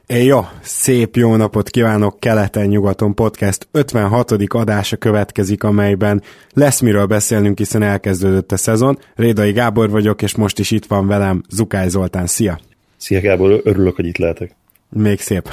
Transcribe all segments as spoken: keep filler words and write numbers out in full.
Jó, szép jó napot kívánok, Keleten-nyugaton podcast ötvenhatodik adása következik, amelyben lesz miről beszélnünk, hiszen elkezdődött a szezon. Rédai Gábor vagyok, és most is itt van velem Zukály Zoltán. Szia! Szia Gábor, örülök, hogy itt lehetek. Még szép.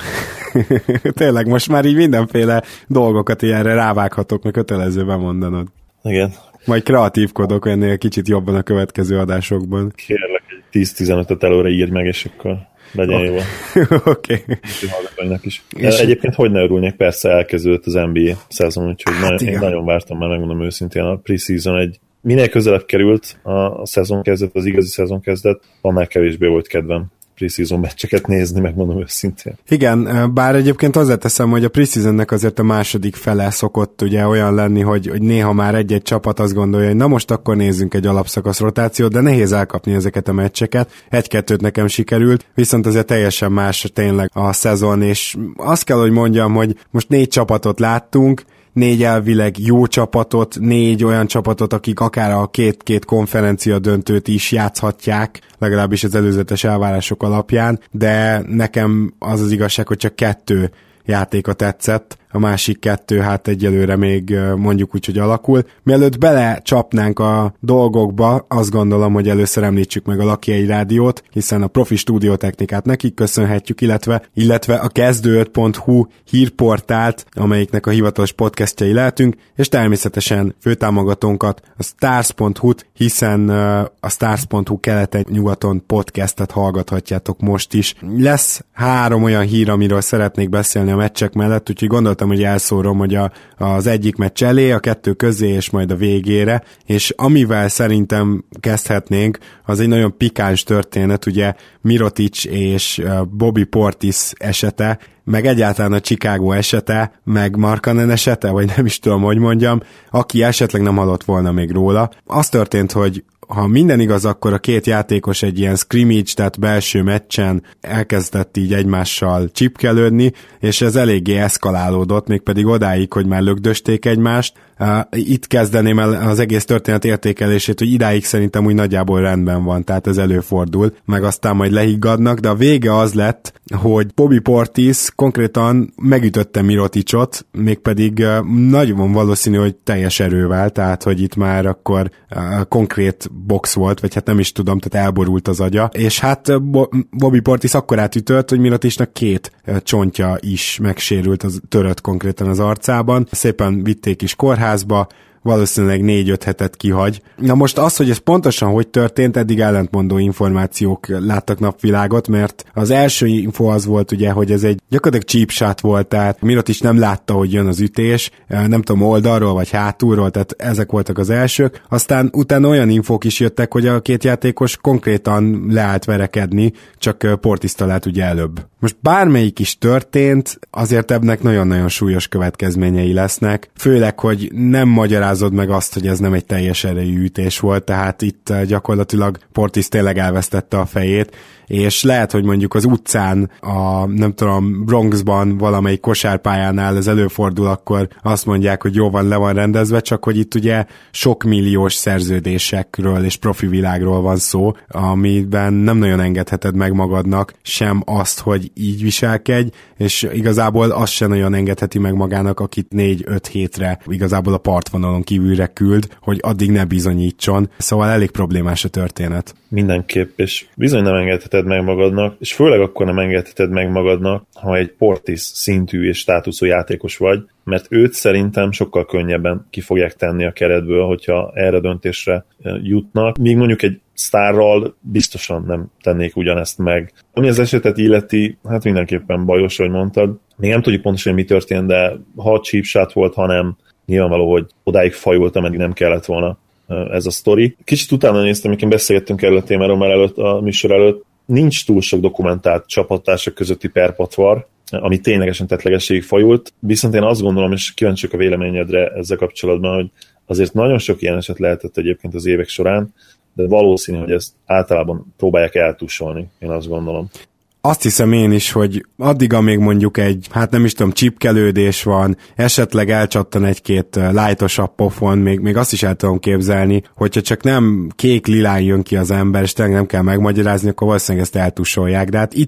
Tényleg, most már így mindenféle dolgokat ilyenre rávághatok, meg kötelező bemondanod. Igen. Majd kreatívkodok ennél kicsit jobban a következő adásokban. Kérlek, egy tíz-tizenötöt előre írj meg, és akkor legyen okay. jó. Oké. Okay. Egyébként hogy ne örülnék, persze elkezdődött az en bé á szezon, úgyhogy hát nagyon, én nagyon vártam már, megmondom őszintén, a pre-season egy minél közelebb került a szezon kezdet, az igazi szezon kezdet, annál kevésbé volt kedvem pre-season meccseket nézni, megmondom őszintén. Igen, bár egyébként hozzáteszem, hogy a pre-seasonnek azért a második fele szokott ugye olyan lenni, hogy, hogy néha már egy-egy csapat azt gondolja, hogy na most akkor nézzünk egy alapszakasz rotációt, de nehéz elkapni ezeket a meccseket. Egy-kettőt nekem sikerült, viszont azért teljesen más tényleg a szezon, és azt kell, hogy mondjam, hogy most négy csapatot láttunk, négy elvileg jó csapatot, négy olyan csapatot, akik akár a két-két konferencia döntőt is játszhatják, legalábbis az előzetes elvárások alapján, de nekem az az igazság, hogy csak kettő játéka tetszett, a másik kettő hát egyelőre még mondjuk úgy, hogy alakul. Mielőtt belecsapnánk a dolgokba, azt gondolom, hogy először említsük meg a Laki egy rádiót, hiszen a profi stúdiótechnikát nekik köszönhetjük, illetve, illetve a kezdő öt pont hu hírportált, amelyiknek a hivatalos podcastjai lehetünk, és természetesen főtámogatónkat, a stars pont hu-t, hiszen a stars pont hu keleten-nyugaton podcastet hallgathatjátok most is. Lesz három olyan hír, amiről szeretnék beszélni a meccsek mellett, úgyhogy gondoltam, hogy elszórom, hogy a, az egyik meccs elé, a kettő közé, és majd a végére, és amivel szerintem kezdhetnénk, az egy nagyon pikáns történet, ugye Mirotic és Bobby Portis esete, meg egyáltalán a Chicago esete, meg Markkanen esete, vagy nem is tudom, hogy mondjam, aki esetleg nem hallott volna még róla. Az történt, hogy ha minden igaz, akkor a két játékos egy ilyen scrimmage, tehát belső meccsen elkezdett így egymással csipkelődni, és ez eléggé eszkalálódott, mégpedig odáig, hogy már lögdösték egymást. Itt kezdeném el az egész történet értékelését, hogy idáig szerintem úgy nagyjából rendben van, tehát ez előfordul, meg aztán majd lehiggadnak, de a vége az lett, hogy Bobby Portis konkrétan megütötte Miroticot, mégpedig nagyon valószínű, hogy teljes erővel, tehát hogy itt már akkor konkrét box volt, vagy hát nem is tudom, tehát elborult az agya, és hát Bobby Portis akkor átütött, hogy Miroticnak két csontja is megsérült, az törött konkrétan az arcában, szépen vitték is kórházba, valószínűleg négy-öt hetet kihagy. Na most az, hogy ez pontosan hogy történt, eddig ellentmondó információk láttak napvilágot, mert az első info az volt ugye, hogy ez egy gyakorlatilag cheap shot volt, tehát Mirotic nem látta, hogy jön az ütés, nem tudom, oldalról vagy hátulról, tehát ezek voltak az elsők. Aztán utána olyan infók is jöttek, hogy a két játékos konkrétan leállt verekedni, csak Portis talált ugye előbb. Most bármelyik is történt, azért ebnek nagyon-nagyon súlyos következményei lesznek, főleg, hogy nem magyarázod meg azt, hogy ez nem egy teljes erejű ütés volt, tehát itt gyakorlatilag Portis tényleg elvesztette a fejét, és lehet, hogy mondjuk az utcán, a nem tudom, Bronxban valamelyik kosárpályánál ez előfordul, akkor azt mondják, hogy jó van, le van rendezve, csak hogy itt ugye sok milliós szerződésekről és profi világról van szó, amiben nem nagyon engedheted meg magadnak sem azt, hogy így viselkedj, és igazából azt sem nagyon engedheti meg magának, akit négy-öt hétre igazából a partvonalon kívülre küld, hogy addig ne bizonyítson. Szóval elég problémás a történet. Mindenképp, és bizony nem engedheted meg magadnak, és főleg akkor nem engedheted meg magadnak, ha egy Portis szintű és státuszú játékos vagy, mert őt szerintem sokkal könnyebben ki fogják tenni a keretből, hogyha erre döntésre jutnak. Míg mondjuk egy sztárral biztosan nem tennék ugyanezt meg. Ami az esetet illeti, hát mindenképpen bajos, ahogy mondtad. Még nem tudjuk pontosan, mi történt, de ha cheap shot volt, hanem nyilvánvaló, hogy odáig fajult, ameddig nem kellett volna ez a sztori. Kicsit utána néztem, amikor beszélgettünk erről a témáról már előtt, a műsor előtt. Nincs túl sok dokumentált csapattársak közötti perpatvar, ami ténylegesen tettlegességig fajult, viszont én azt gondolom, és kíváncsiak a véleményedre ezzel kapcsolatban, hogy azért nagyon sok ilyen eset lehetett egyébként az évek során, de valószínű, hogy ezt általában próbálják eltusolni, én azt gondolom. Azt hiszem én is, hogy addig, amíg mondjuk egy, hát nem is tudom, csipkelődés van, esetleg elcsattan egy-két lightosabb pofon, még, még azt is el tudom képzelni, hogyha csak nem kék lilán jön ki az ember, és tényleg nem kell megmagyarázni, akkor valószínűleg ezt eltusolják. De hát itt,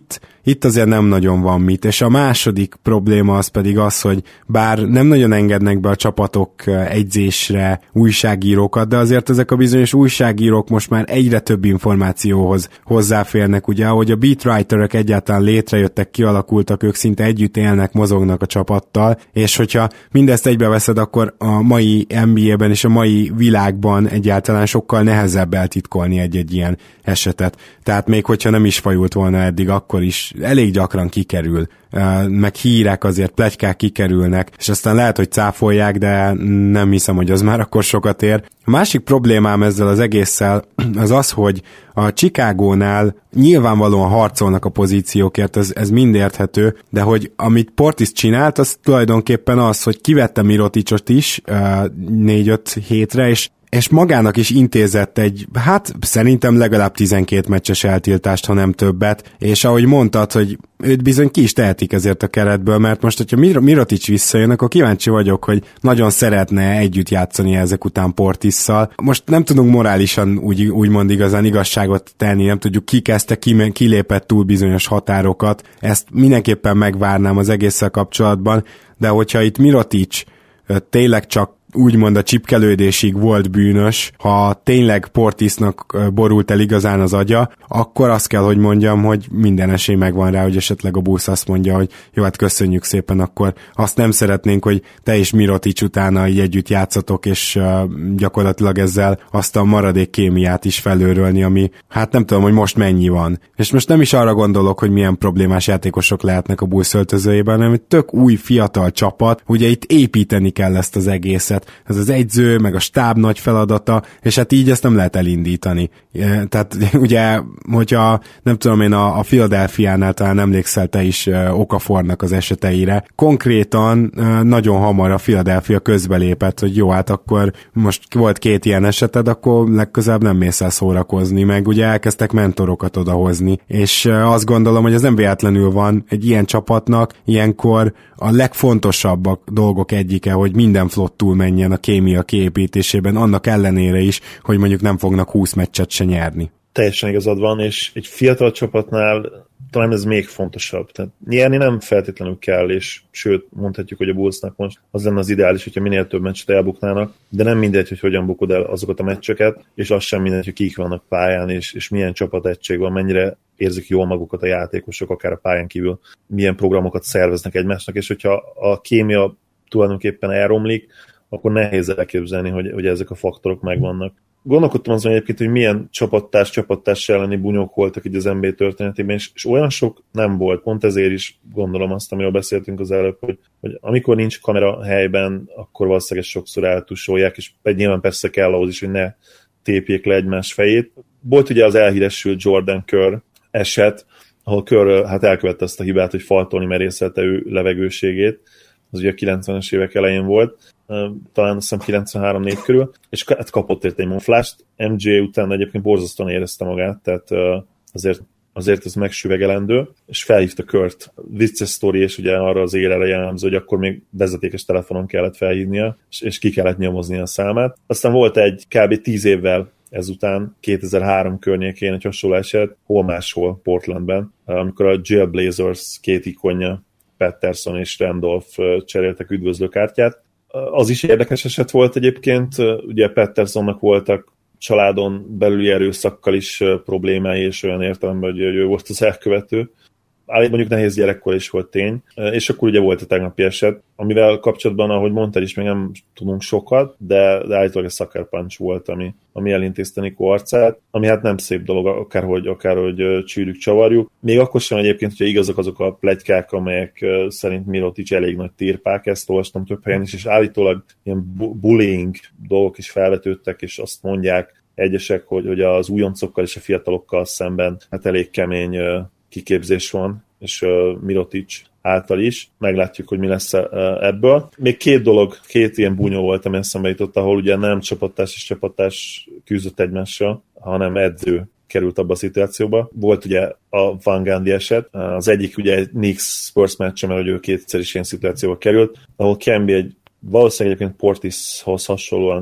itt azért nem nagyon van mit, és a második probléma az pedig az, hogy bár nem nagyon engednek be a csapatok egyzésre újságírókat, de azért ezek a bizonyos újságírók most már egyre több információhoz hozzáférnek, ugye, ahogy a beatwriterek egyáltalán létrejöttek, kialakultak, ők szinte együtt élnek, mozognak a csapattal, és hogyha mindezt egybeveszed, akkor a mai en bé á-ben és a mai világban egyáltalán sokkal nehezebb eltitkolni egy-egy ilyen esetet. Tehát még hogyha nem is fajult volna eddig, akkor is elég gyakran kikerül, meg hírek azért, pletykák kikerülnek, és aztán lehet, hogy cáfolják, de nem hiszem, hogy az már akkor sokat ér. A másik problémám ezzel az egésszel az az, hogy a Chicagónál nyilvánvalóan harcolnak a pozíciókért, ez, ez mind érthető, de hogy amit Portis csinált, az tulajdonképpen az, hogy kivette Miroticsot is négy-öt hétre, és és magának is intézett egy, hát szerintem legalább tizenkét meccses eltiltást, ha nem többet, és ahogy mondtad, hogy őt bizony ki is tehetik ezért a keretből, mert most, hogyha Mir- Mirotics visszajön, akkor kíváncsi vagyok, hogy nagyon szeretne együtt játszani ezek után Portisszal. Most nem tudunk morálisan úgy, úgymond igazán igazságot tenni, nem tudjuk ki kezdte, ki, ki lépett túl bizonyos határokat, ezt mindenképpen megvárnám az egésszel kapcsolatban, de hogyha itt Mirotics tényleg csak úgymond a csipkelődésig volt bűnös, ha tényleg Portisnak borult el igazán az agya, akkor azt kell, hogy mondjam, hogy minden esély megvan rá, hogy esetleg a Bulls azt mondja, hogy jó, hát köszönjük szépen, akkor azt nem szeretnénk, hogy te és Mirotics utána így együtt játszatok, és uh, gyakorlatilag ezzel azt a maradék kémiát is felőrölni, ami hát nem tudom, hogy most mennyi van. És most nem is arra gondolok, hogy milyen problémás játékosok lehetnek a Bulls öltözőjében, hanem egy tök új, fiatal csapat, ugye itt építeni kell ezt az egészet. Ez az egyző, meg a stáb nagy feladata, és hát így ezt nem lehet elindítani. Tehát ugye, hogyha nem tudom én, a, a Philadelphiánál talán emlékszel te is Okafornak az eseteire, konkrétan nagyon hamar a Philadelphia közbelépett, hogy jó, hát akkor most volt két ilyen eseted, akkor legközelebb nem mész el szórakozni, meg ugye elkezdtek mentorokat odahozni, és azt gondolom, hogy ez nem véletlenül van egy ilyen csapatnak, ilyenkor a legfontosabb dolgok egyike, hogy minden flottul menjen a kémia kiépítésében, annak ellenére is, hogy mondjuk nem fognak húsz meccset se nyerni. Teljesen igazad van, és egy fiatal csapatnál talán ez még fontosabb. Tehát nyerni nem feltétlenül kell, és sőt, mondhatjuk, hogy a Bullsnak most az lenne az ideális, hogyha minél több meccset elbuknának, de nem mindegy, hogy hogyan bukod el azokat a meccseket, és az sem mindegy, hogy kik vannak pályán, és, és milyen csapategység van, mennyire érzik jól magukat a játékosok, akár a pályán kívül, milyen programokat szerveznek egymásnak, és hogyha a kémia tulajdonképpen elromlik, akkor nehéz elképzelni, hogy, hogy ezek a faktorok megvannak. Gondolkodtam azon egyébként, hogy milyen csapattárs, csapattárs elleni bunyók voltak így az en bé á történetében, és, és olyan sok nem volt. Pont ezért is gondolom azt, amiről beszéltünk az előbb, hogy, hogy amikor nincs kamera helyben, akkor valószínűleg sokszor eltusolják, és nyilván persze kell ahhoz is, hogy ne tépjék le egymás fejét. Volt ugye az elhíresült Jordan Kerr eset, ahol Kerr hát elkövette azt a hibát, hogy faltolni merészelte ő levegőségét. Az ugye a kilencvenes évek elején volt, talán azt hiszem kilencvenhárom négy körül, és hát kapott érte egy monflást. em jé után egyébként borzasztóan érezte magát, tehát azért, azért ez megsüvegelendő, és felhívta Kurt. Vicces sztori, és ugye arra az élre jellemző, hogy akkor még vezetékes telefonon kellett felhívnia, és, és ki kellett nyomozni a számát. Aztán volt egy kb. tíz évvel ezután, kétezer-három környékén egy hasonló eset, hol máshol, Portlandben, amikor a Jailblazers két ikonja, Patterson és Randolph cseréltek üdvözlőkártyát. Az is érdekes eset volt egyébként, ugye Pattersonnak voltak családon belüli erőszakkal is problémái, és olyan értelemben, hogy ő volt az elkövető. Mondjuk nehéz gyerekkor is volt tény, és akkor ugye volt a tegnapi eset, amivel kapcsolatban, ahogy mondtad is, még nem tudunk sokat, de, de állítólag egy sucker punch volt, ami, ami elintézte Nico arcát, ami hát nem szép dolog, akárhogy, akárhogy csűrjük, csavarjuk. Még akkor sem egyébként, hogyha igazak azok a pletykák, amelyek szerint Mirotics elég nagy tirpák, ezt olvastam több helyen is, és állítólag ilyen bullying dolgok is felvetődtek, és azt mondják egyesek, hogy, hogy az újoncokkal és a fiatalokkal szemben hát elég kemény kiképzés van, és uh, Mirotics által is. Meglátjuk, hogy mi lesz uh, ebből. Még két dolog, két ilyen bunyó volt, ami eszembe jutott, ahol ugye nem csapattárs és csapattárs küzdött egymással, hanem edző került abba a szituációba. Volt ugye a Van Gundy eset, az egyik ugye egy Knicks Spurs meccse, mert ő kétszer is ilyen szituációba került, ahol Kemby egy valószínűleg egyébként Portishoz hasonlóan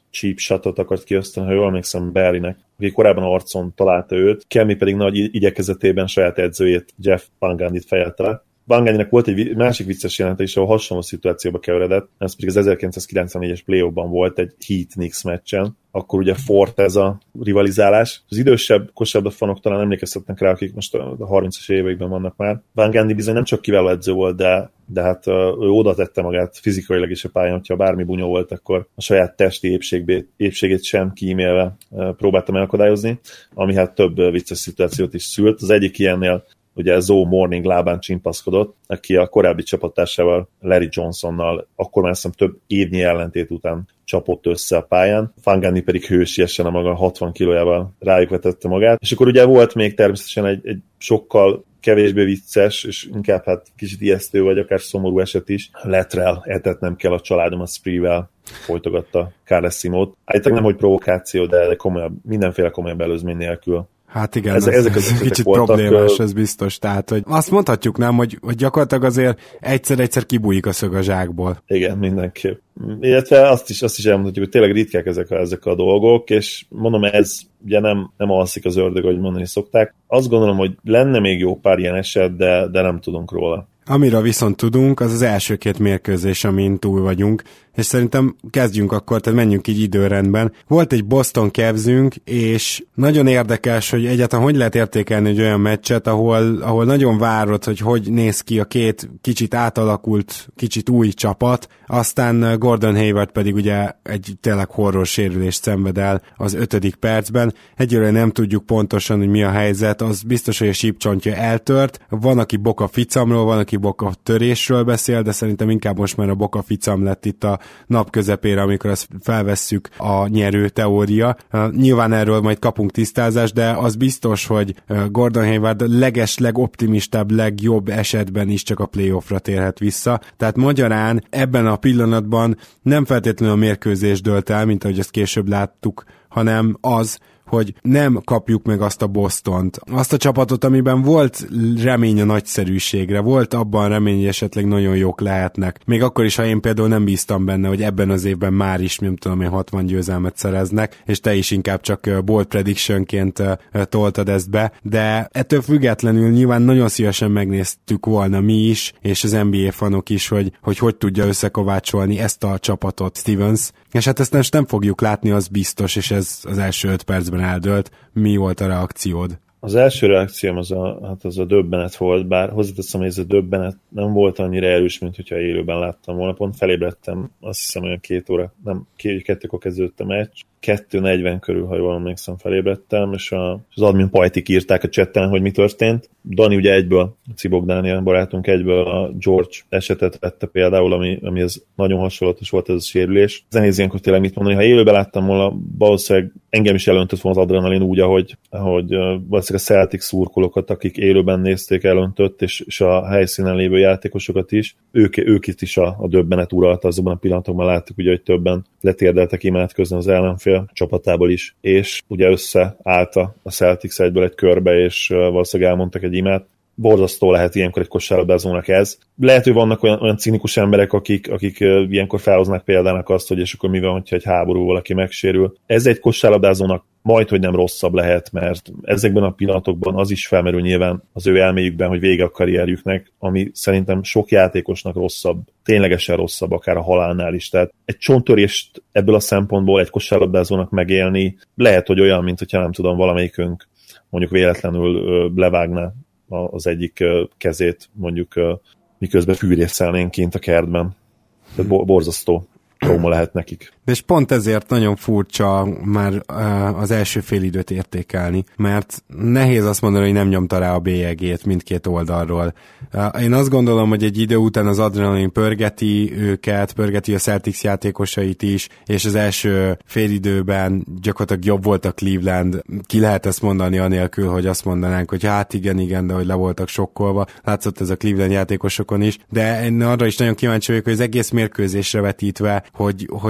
cheap shotot akart kiosztani, ha jól emlékszem, Barrynek, aki korábban arcon találta őt, Kemmy pedig nagy igyekezetében saját edzőjét, Jeff Van Gundyt fejelte le. Van Gundynek volt egy másik vicces jelentés, ahol hasonló szituációba keveredett, ez pedig az ezerkilencszázkilencvennégyes play-offban volt egy Heat-Knicks meccsen, akkor ugye fort ez a rivalizálás. Az idősebb kosárlabda fanok talán emlékeztetnek rá, akik most a harmincas években vannak már. Van Gundy bizony nem csak kiváló edző volt, de, de hát ő oda tette magát fizikailag is a pályán, hogyha bármi bunyó volt, akkor a saját testi épségét, épségét sem kímélve próbálta megakadályozni, ami hát több vicces szituációt is szült. Az egyik ilyennél ugye Zoe Morning lábán csimpaszkodott, aki a korábbi csapattársával, Larry Johnsonnal, akkor már hiszem több évnyi ellentét után csapott össze a pályán. Van Gundy pedig hősiesen a maga hatvan kilójával rájuk vetette magát. És akkor ugye volt még természetesen egy, egy sokkal kevésbé vicces, és inkább hát kicsit ijesztő, vagy akár szomorú eset is. Latrell, etetnem kell a családom a Spree-vel, folytogatta Carlesimo-t. Állítólag nem, hogy provokáció, de komolyabb, mindenféle komolyabb előzmény nélkül. Hát igen, ez, ezek az ez kicsit voltak, problémás, ez biztos. Tehát, hogy azt mondhatjuk, nem, hogy, hogy gyakorlatilag azért egyszer-egyszer kibújik a szög a zsákból. Igen, mindenképp. Illetve azt is, azt is elmondhatjuk, hogy tényleg ritkák ezek a, ezek a dolgok, és mondom, ez ugye nem, nem alszik az ördög, ahogy mondani szokták. Azt gondolom, hogy lenne még jó pár ilyen eset, de, de nem tudunk róla. Amiről viszont tudunk, az az első két mérkőzés, amin túl vagyunk, és szerintem kezdjünk akkor, tehát menjünk így időrendben. Volt egy Boston Cavsünk, és nagyon érdekes, hogy egyáltalán hogy lehet értékelni egy olyan meccset, ahol, ahol nagyon várod, hogy hogy néz ki a két kicsit átalakult, kicsit új csapat, aztán Gordon Hayward pedig ugye egy tényleg horror sérülést szenved el az ötödik percben. Egyelőre nem tudjuk pontosan, hogy mi a helyzet, az biztos, hogy a sípcsontja eltört, van, aki boka ficamról, van, aki boka törésről beszél, de szerintem inkább most már a boka ficam lett itt a nap közepére, amikor ezt felvesszük a nyerő teória. Uh, nyilván erről majd kapunk tisztázást, de az biztos, hogy uh, Gordon Hayward leges, legoptimistább, legjobb esetben is csak a playoffra térhet vissza. Tehát magyarán ebben a pillanatban nem feltétlenül a mérkőzés dölt el, mint ahogy ezt később láttuk, hanem az, hogy nem kapjuk meg azt a Bostont, azt a csapatot, amiben volt remény a nagyszerűségre, volt abban remény, hogy esetleg nagyon jók lehetnek. Még akkor is, ha én például nem bíztam benne, hogy ebben az évben már is, nem tudom én, hatvan győzelmet szereznek, és te is inkább csak bold predictionként toltad ezt be, de ettől függetlenül nyilván nagyon szívesen megnéztük volna mi is, és az en bé á fanok is, hogy hogy, hogy tudja összekovácsolni ezt a csapatot Stevens, és hát ezt most nem fogjuk látni, az biztos, és ez az első öt percben eldőlt. Mi volt a reakciód? Az első reakcióm az a, hát az a döbbenet volt, bár hozzáteszem, hogy ez a döbbenet nem volt annyira erős, mint hogyha élőben láttam volna. Pont felébredtem, azt hiszem olyan két óra, nem, két, kettőkor kezdődött a meccs, kettő negyven körül, ha jól emlékszem, felébredtem, és a, az admin pajtik írták a chatten, hogy mi történt. Dani ugye egyből, Cibok Dániel barátunk egyből a George esetet vette például, ami, ami ez nagyon hasonlatos volt ez a sérülés. Nehéz ilyenkor tényleg mit mondani, ha élőben láttam volna, valószínűleg engem is elöntött volna az adrenalin úgy, ahogy, ahogy valószínűleg a Celtics szurkolókat, akik élőben nézték, elöntött, és, és a helyszínen lévő játékosokat is. Ők, ők itt is a, a döbbenet uralta, azokban a pillanatokban láttuk, ugye, hogy többen letérdeltek imádkozni az ellenfél csapatából is, és ugye összeállt a Celtics egyből egy körbe, és valószínűleg elmondtak egy imát. Borzasztó lehet ilyenkor egy kosárlabdázónak ez. Lehet, hogy vannak olyan, olyan cinikus emberek, akik, akik ilyenkor felhoznak példának azt, hogy és akkor mi van, hogyha egy háború valaki megsérül. Ez egy kosárlabdázónak majdhogy nem rosszabb lehet, mert ezekben a pillanatokban az is felmerül nyilván az ő elméjükben, hogy vége a karrierjüknek, ami szerintem sok játékosnak rosszabb, ténylegesen rosszabb, akár a halálnál is. Tehát egy csonttörést ebből a szempontból egy kosárlabdázónak megélni lehet, hogy olyan, mint hogyha nem tudom, valamelyikünk mondjuk véletlenül levágná az egyik kezét, mondjuk miközben fűrészelnénk kint a kertben. Tehát borzasztó trauma lehet nekik. De és pont ezért nagyon furcsa már az első fél időt értékelni, mert nehéz azt mondani, hogy nem nyomta rá a bélyegét mindkét oldalról. Én azt gondolom, hogy egy idő után az adrenalin pörgeti őket, pörgeti a Celtics játékosait is, és az első fél időben gyakorlatilag jobb volt a Cleveland. Ki lehet ezt mondani anélkül, hogy azt mondanánk, hogy hát igen, igen, de hogy le voltak sokkolva. Látszott ez a Cleveland játékosokon is, de én arra is nagyon kíváncsi vagyok, hogy az egész mérkőzésre vetítve, hogy, hogy tényleg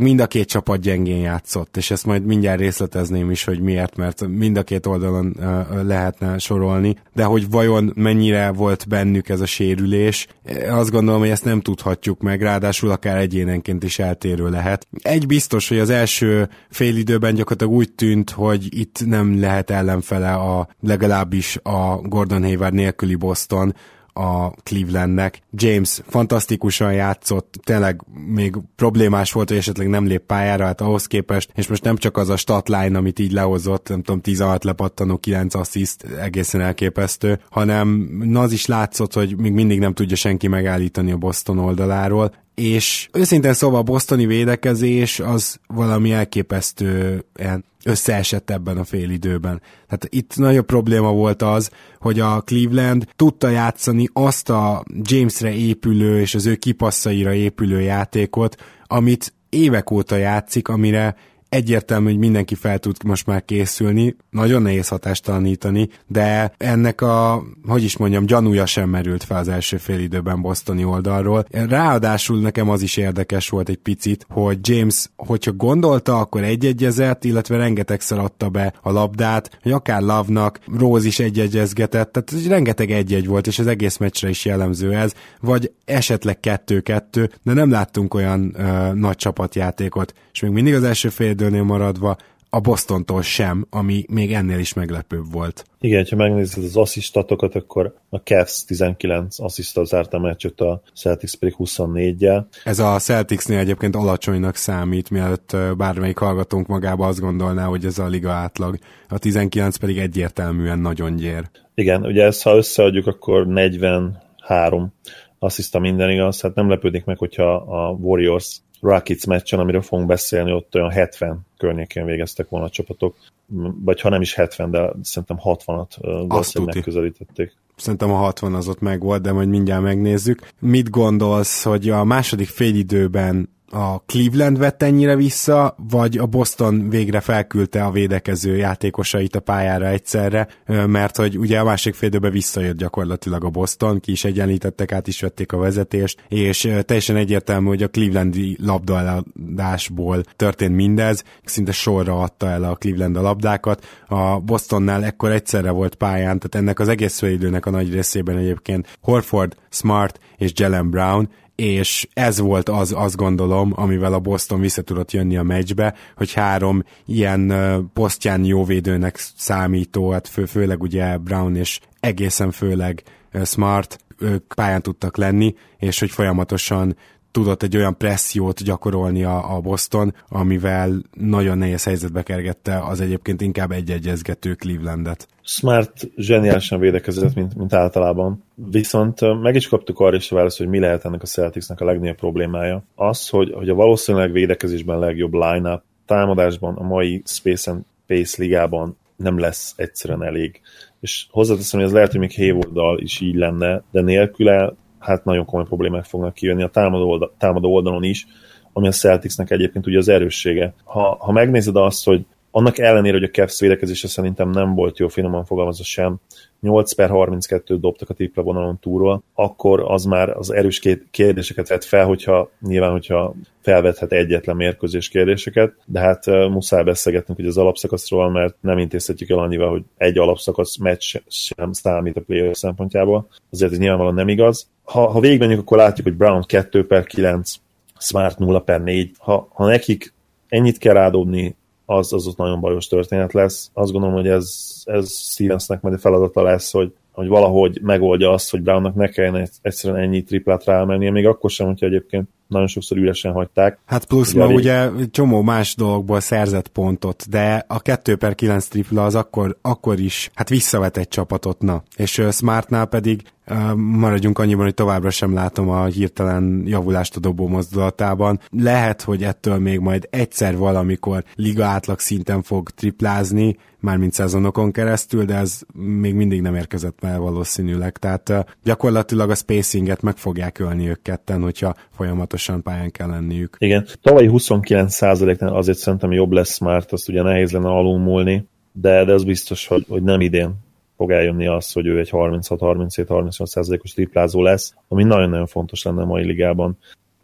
mind a két csapat gyengén játszott, és ezt majd mindjárt részletezném is, hogy miért, mert mind a két oldalon lehetne sorolni, de hogy vajon mennyire volt bennük ez a sérülés, azt gondolom, hogy ezt nem tudhatjuk meg, ráadásul akár egyénenként is eltérő lehet. Egy biztos, hogy az első fél időben gyakorlatilag úgy tűnt, hogy itt nem lehet ellenfele a legalábbis a Gordon Hayward nélküli Boston a Clevelandnek. James fantasztikusan játszott, tényleg még problémás volt, hogy esetleg nem lép pályára, hát ahhoz képest, és most nem csak az a statline, amit így lehozott, nem tudom, tizenhat lepattanó, kilenc assziszt, egészen elképesztő, hanem az is látszott, hogy még mindig nem tudja senki megállítani a Boston oldaláról, és őszintén szóval a bostoni védekezés az valami elképesztően összeesett ebben a fél időben. Tehát itt nagyobb probléma volt az, hogy a Cleveland tudta játszani azt a Jamesre épülő és az ő kipasszaira épülő játékot, amit évek óta játszik, amire egyértelmű, hogy mindenki fel tud most már készülni, nagyon nehéz hatástalanítani, de ennek a, hogy is mondjam, gyanúja sem merült fel az első fél időben bostoni oldalról. Ráadásul nekem az is érdekes volt egy picit, hogy James, hogyha gondolta, akkor egy-egyezett, illetve rengetegszer adta be a labdát, hogy akár Love-nak, Rose is egy-egyezgetett, tehát rengeteg egy-egy volt, és az egész meccsre is jellemző ez, vagy esetleg kettő-kettő, de nem láttunk olyan ö, nagy csapatjátékot, és még mindig az első fél időnél maradva a Bostontól sem, ami még ennél is meglepőbb volt. Igen, ha megnézed az asszisztatokat, akkor a Cavs tizenkilenc asszisztal zárt a meccset, a Celtics pedig huszonnégyel. Ez a Celticsnél egyébként alacsonynak számít, mielőtt bármelyik hallgatónk magába azt gondolná, hogy ez a liga átlag. A tizenkilenc pedig egyértelműen nagyon gyér. Igen, ugye ezt ha összeadjuk, akkor negyvenhárom assziszta minden igaz, hát nem lepődik meg, hogyha a Warriors Rockets meccsen, amiről fogunk beszélni, ott olyan hetven környékén végeztek volna a csapatok, vagy ha nem is hetven, de szerintem hatvanat valószínűleg megközelítették. Szerintem a hatvan az ott meg volt, de majd mindjárt megnézzük. Mit gondolsz, hogy a második félidőben a Cleveland vett ennyire vissza, vagy a Boston végre felküldte a védekező játékosait a pályára egyszerre, mert hogy ugye a másik fél időben visszajött gyakorlatilag a Boston, ki is egyenlítettek, át is vették a vezetést, és teljesen egyértelmű, hogy a Clevelandi labdaeladásból történt mindez, szinte sorra adta el a Cleveland a labdákat, a Bostonnál ekkor egyszerre volt pályán, tehát ennek az egész fél időnek a nagy részében egyébként Horford, Smart és Jaylen Brown, és ez volt az, azt gondolom, amivel a Boston vissza tudott jönni a meccsbe, hogy három ilyen posztján jó védőnek számító, hát fő, főleg ugye Brown és egészen főleg Smart, ők pályán tudtak lenni, és hogy folyamatosan tudott egy olyan pressziót gyakorolni a, a Boston, amivel nagyon nehéz helyzetbe kergette az egyébként inkább egy-egyezgető Clevelandet. Smart zseniálisan védekezett, mint, mint általában. Viszont meg is kaptuk arra is a választ, hogy mi lehet ennek a Celticsnek a legnagyobb problémája. Az, hogy, hogy a valószínűleg védekezésben legjobb line-up támadásban a mai Space and Pace ligában nem lesz egyszerűen elég. És hozzáteszem, hogy ez lehet, hogy még Haywarddal is így lenne, de nélküle hát nagyon komoly problémák fognak kijönni a támadó, oldal, támadó oldalon is, ami a Celticsnek egyébként ugye az erőssége. Ha, ha megnézed azt, hogy annak ellenére, hogy a Cavs védekezése szerintem nem volt jó, finoman fogalmazva sem, nyolc per harminckettőt dobtak a tripla vonalon túlról, akkor az már az erős kérdéseket vett fel, hogyha nyilván, hogyha felvethet egyetlen mérkőzés kérdéseket, de hát uh, muszáj beszélgetnünk ugye az alapszakaszról, mert nem intézhetjük el annyival, hogy egy alapszakasz meccs sem számít a playoff szempontjából. Azért ez nyilvánvalóan nem igaz. Ha, ha végigmenjük, akkor látjuk, hogy Brown kettő per kilenc, Smart nulla per négy. Ha, ha nekik ennyit kell rádobni, az, az ott nagyon bajos történet lesz. Azt gondolom, hogy ez, ez Stevensnek majd a feladata lesz, hogy, hogy valahogy megoldja azt, hogy Brownnak ne kelljen egyszerűen ennyi triplát rámennie, még akkor sem, hogyha egyébként nagyon sokszor üresen hagyták. Hát plusz ugye ma elég... ugye csomó más dolgokból szerzett pontot, de a kettő per kilenc tripla az akkor, akkor is hát visszavet egy csapatot, na. És uh, Smartnál pedig uh, maradjunk annyiban, hogy továbbra sem látom a hirtelen javulást a dobó mozdulatában. Lehet, hogy ettől még majd egyszer valamikor liga átlag szinten fog triplázni, mármint szezonokon keresztül, de ez még mindig nem érkezett meg valószínűleg. Tehát uh, gyakorlatilag a spacinget meg fogják ölni ők ketten, hogyha folyamatosan pályán kell lenniük. Igen, tavalyi huszonkilenc százaléknál azért szerintem jobb lesz Smart, azt ugye nehéz lenne alulmúlni, de, de az biztos, hogy, hogy nem idén fog eljönni az, hogy ő egy harminchat harminchét harmincnyolc százalékos triplázó lesz, ami nagyon-nagyon fontos lenne a mai ligában.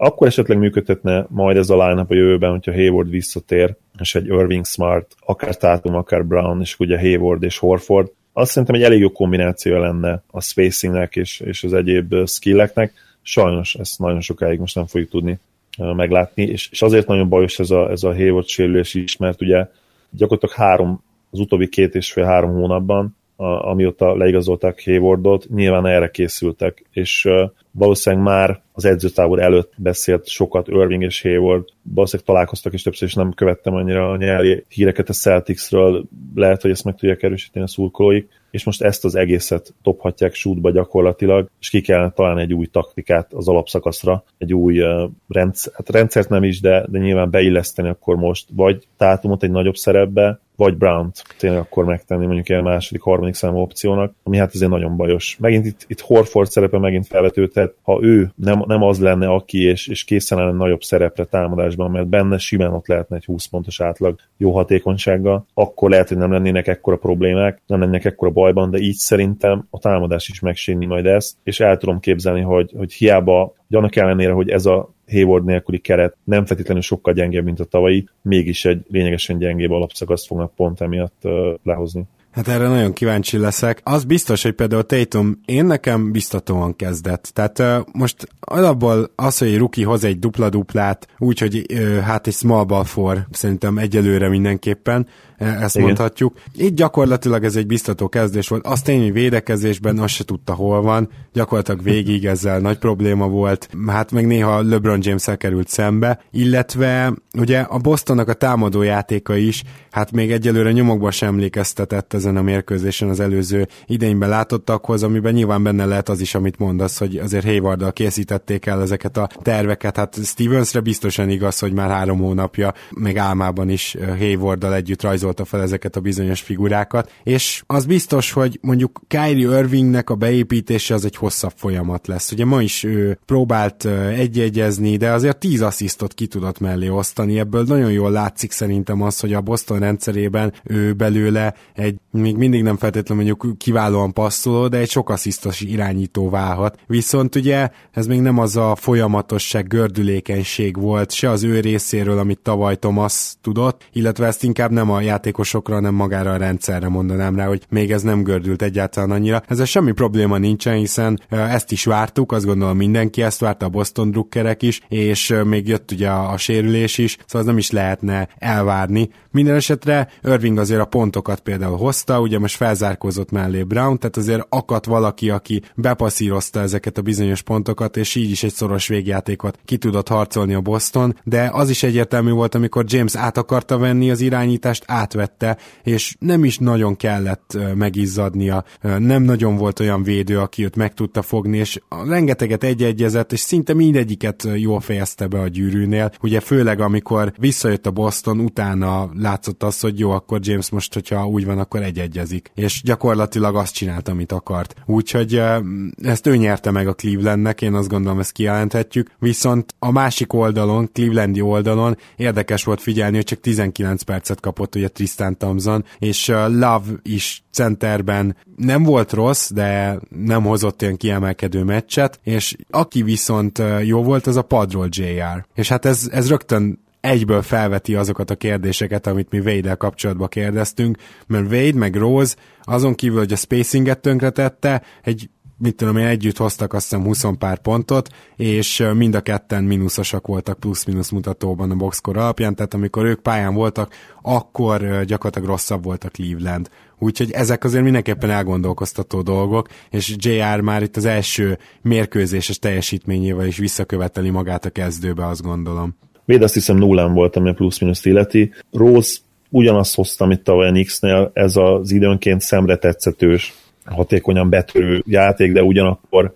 Akkor esetleg működhetne majd ez a line-up a jövőben, hogyha Hayward visszatér, és egy Irving Smart, akár Tatum, akár Brown, és ugye Hayward és Horford. Azt szerintem egy elég jó kombináció lenne a spacingnek és, és az egyéb skilleknek. Sajnos ezt nagyon sokáig most nem fogjuk tudni meglátni, és, és azért nagyon bajos ez a, ez a Hayward sérülés is, mert ugye gyakorlatilag három, az utóbbi két és fél három hónapban, a, amióta leigazolták Haywardot, nyilván erre készültek, és uh, valószínűleg már az edzőtábor előtt beszélt sokat Irving és Hayward, valószínűleg találkoztak is többször, és nem követtem annyira a nyári híreket a Celticsről, lehet, hogy ezt meg tudják erősíteni a szurkolóik, és most ezt az egészet dobhatják sútba gyakorlatilag, és ki kellene találni egy új taktikát az alapszakaszra, egy új uh, rendszer, hát rendszert nem is, de, de nyilván beilleszteni akkor most, vagy Tatumot egy nagyobb szerepbe, vagy Brown-t tényleg akkor megtenni mondjuk egy második, harmadik számú opciónak, ami hát azért nagyon bajos. Megint itt, itt Horford szerepe megint felvetődhet, ha ő nem, nem az lenne, aki és, és készen lenne nagyobb szerepre támadásban, mert benne simán ott lehetne egy húsz pontos átlag jó hatékonysággal, akkor lehet, hogy nem lennének ekkora problémák, nem lennének ekkora bajban, de így szerintem a támadás is megsínni majd ezt, és el tudom képzelni, hogy, hogy hiába, hogy annak ellenére, hogy ez a Hayward nélküli keret nem feltétlenül sokkal gyengébb, mint a tavalyi, mégis egy lényegesen gyengébb alapszakaszt fognak pont emiatt uh, lehozni. Hát erre nagyon kíváncsi leszek. Az biztos, hogy például Tatum én nekem biztatóan kezdett. Tehát uh, most alapból az, hogy egy rookie hoz egy dupla-duplát, úgyhogy uh, hát egy small ball for, szerintem egyelőre mindenképpen, ezt igen, mondhatjuk. Itt gyakorlatilag ez egy biztató kezdés volt. Azt tény, hogy védekezésben azt se tudta, hol van. Gyakorlatilag végig ezzel nagy probléma volt. Hát meg néha LeBron James-el került szembe, illetve ugye a Bostonnak a támadó játéka is, hát még egyelőre nyomokba sem emlékeztetett ezen a mérkőzésen az előző idényben látottakhoz, amiben nyilván benne lehet az is, amit mondasz, hogy azért Haywarddal készítették el ezeket a terveket. Hát Stevensre biztosan igaz, hogy már három hónapja, még álmában is Haywarddal együtt rajzolt fel ezeket a bizonyos figurákat, és az biztos, hogy mondjuk Kyrie Irvingnek a beépítése az egy hosszabb folyamat lesz. Ugye ma is ő próbált egy-egyezni, de azért tíz asszisztot ki tudott mellé osztani, ebből nagyon jól látszik szerintem az, hogy a Boston rendszerében ő belőle egy még mindig nem feltétlenül mondjuk kiválóan passzoló, de egy sok asszisztos irányító válhat. Viszont ugye ez még nem az a folyamatosság, gördülékenység volt se az ő részéről, amit tavaly Thomas tudott, illetve ezt inkább nem a játékosokra, hanem magára a rendszerre mondanám rá, hogy még ez nem gördült egyáltalán annyira. Ezzel semmi probléma nincsen, hiszen ezt is vártuk, azt gondolom mindenki ezt várta, a Boston drukkerek is, és még jött ugye a, a sérülés is, szóval az nem is lehetne elvárni. Minden esetre Irving azért a pontokat például hozta, ugye most felzárkózott mellé Brown, tehát azért akadt valaki, aki bepasszírozta ezeket a bizonyos pontokat, és így is egy szoros végjátékot ki tudott harcolni a Boston, de az is egyértelmű volt, amikor James át akarta venni az irányítást, átvette, és nem is nagyon kellett megizzadnia, nem nagyon volt olyan védő, aki őt meg tudta fogni, és rengeteget egy-egyezett, és szinte mindegyiket jól fejezte be a gyűrűnél, ugye főleg amikor visszajött a Boston, utána látszott az, hogy jó, akkor James most, hogyha úgy van, akkor egy-egyezik, és gyakorlatilag azt csinált, amit akart. Úgyhogy ezt ő nyerte meg a Clevelandnek, én azt gondolom, ezt kijelenthetjük, viszont a másik oldalon, Clevelandi oldalon érdekes volt figyelni, hogy csak tizenkilenc percet kapott ugye Tristan Thompson, és Love is centerben nem volt rossz, de nem hozott olyan kiemelkedő meccset, és aki viszont jó volt, az a padról jé er. És hát ez, ez rögtön egyből felveti azokat a kérdéseket, amit mi Wade-el kapcsolatban kérdeztünk, mert Wade meg Rose azon kívül, hogy a spacinget tönkretette, egy mit tudom én, együtt hoztak azt hiszem húsz pár pontot, és mind a ketten mínuszosak voltak plusz-minusz mutatóban a boxscore alapján, tehát amikor ők pályán voltak, akkor gyakorlatilag rosszabb volt a Cleveland. Úgyhogy ezek azért mindenképpen elgondolkoztató dolgok, és jé er már itt az első mérkőzéses teljesítményével is visszaköveteli magát a kezdőbe, azt gondolom. Véd azt hiszem nullán volt, ami a plusz-minusz illeti. Rose ugyanazt hoztam itt a Knicksnél, ez az időnként szemre tetszetős, hatékonyan betörő játék, de ugyanakkor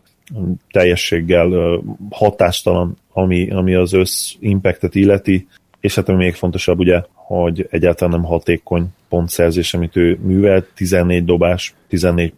teljességgel hatástalan, ami, ami az össz impactet illeti, és hát ami még fontosabb ugye, hogy egyáltalán nem hatékony pontszerzés, amit ő művelt, tizennégy dobás, tizennégy pont,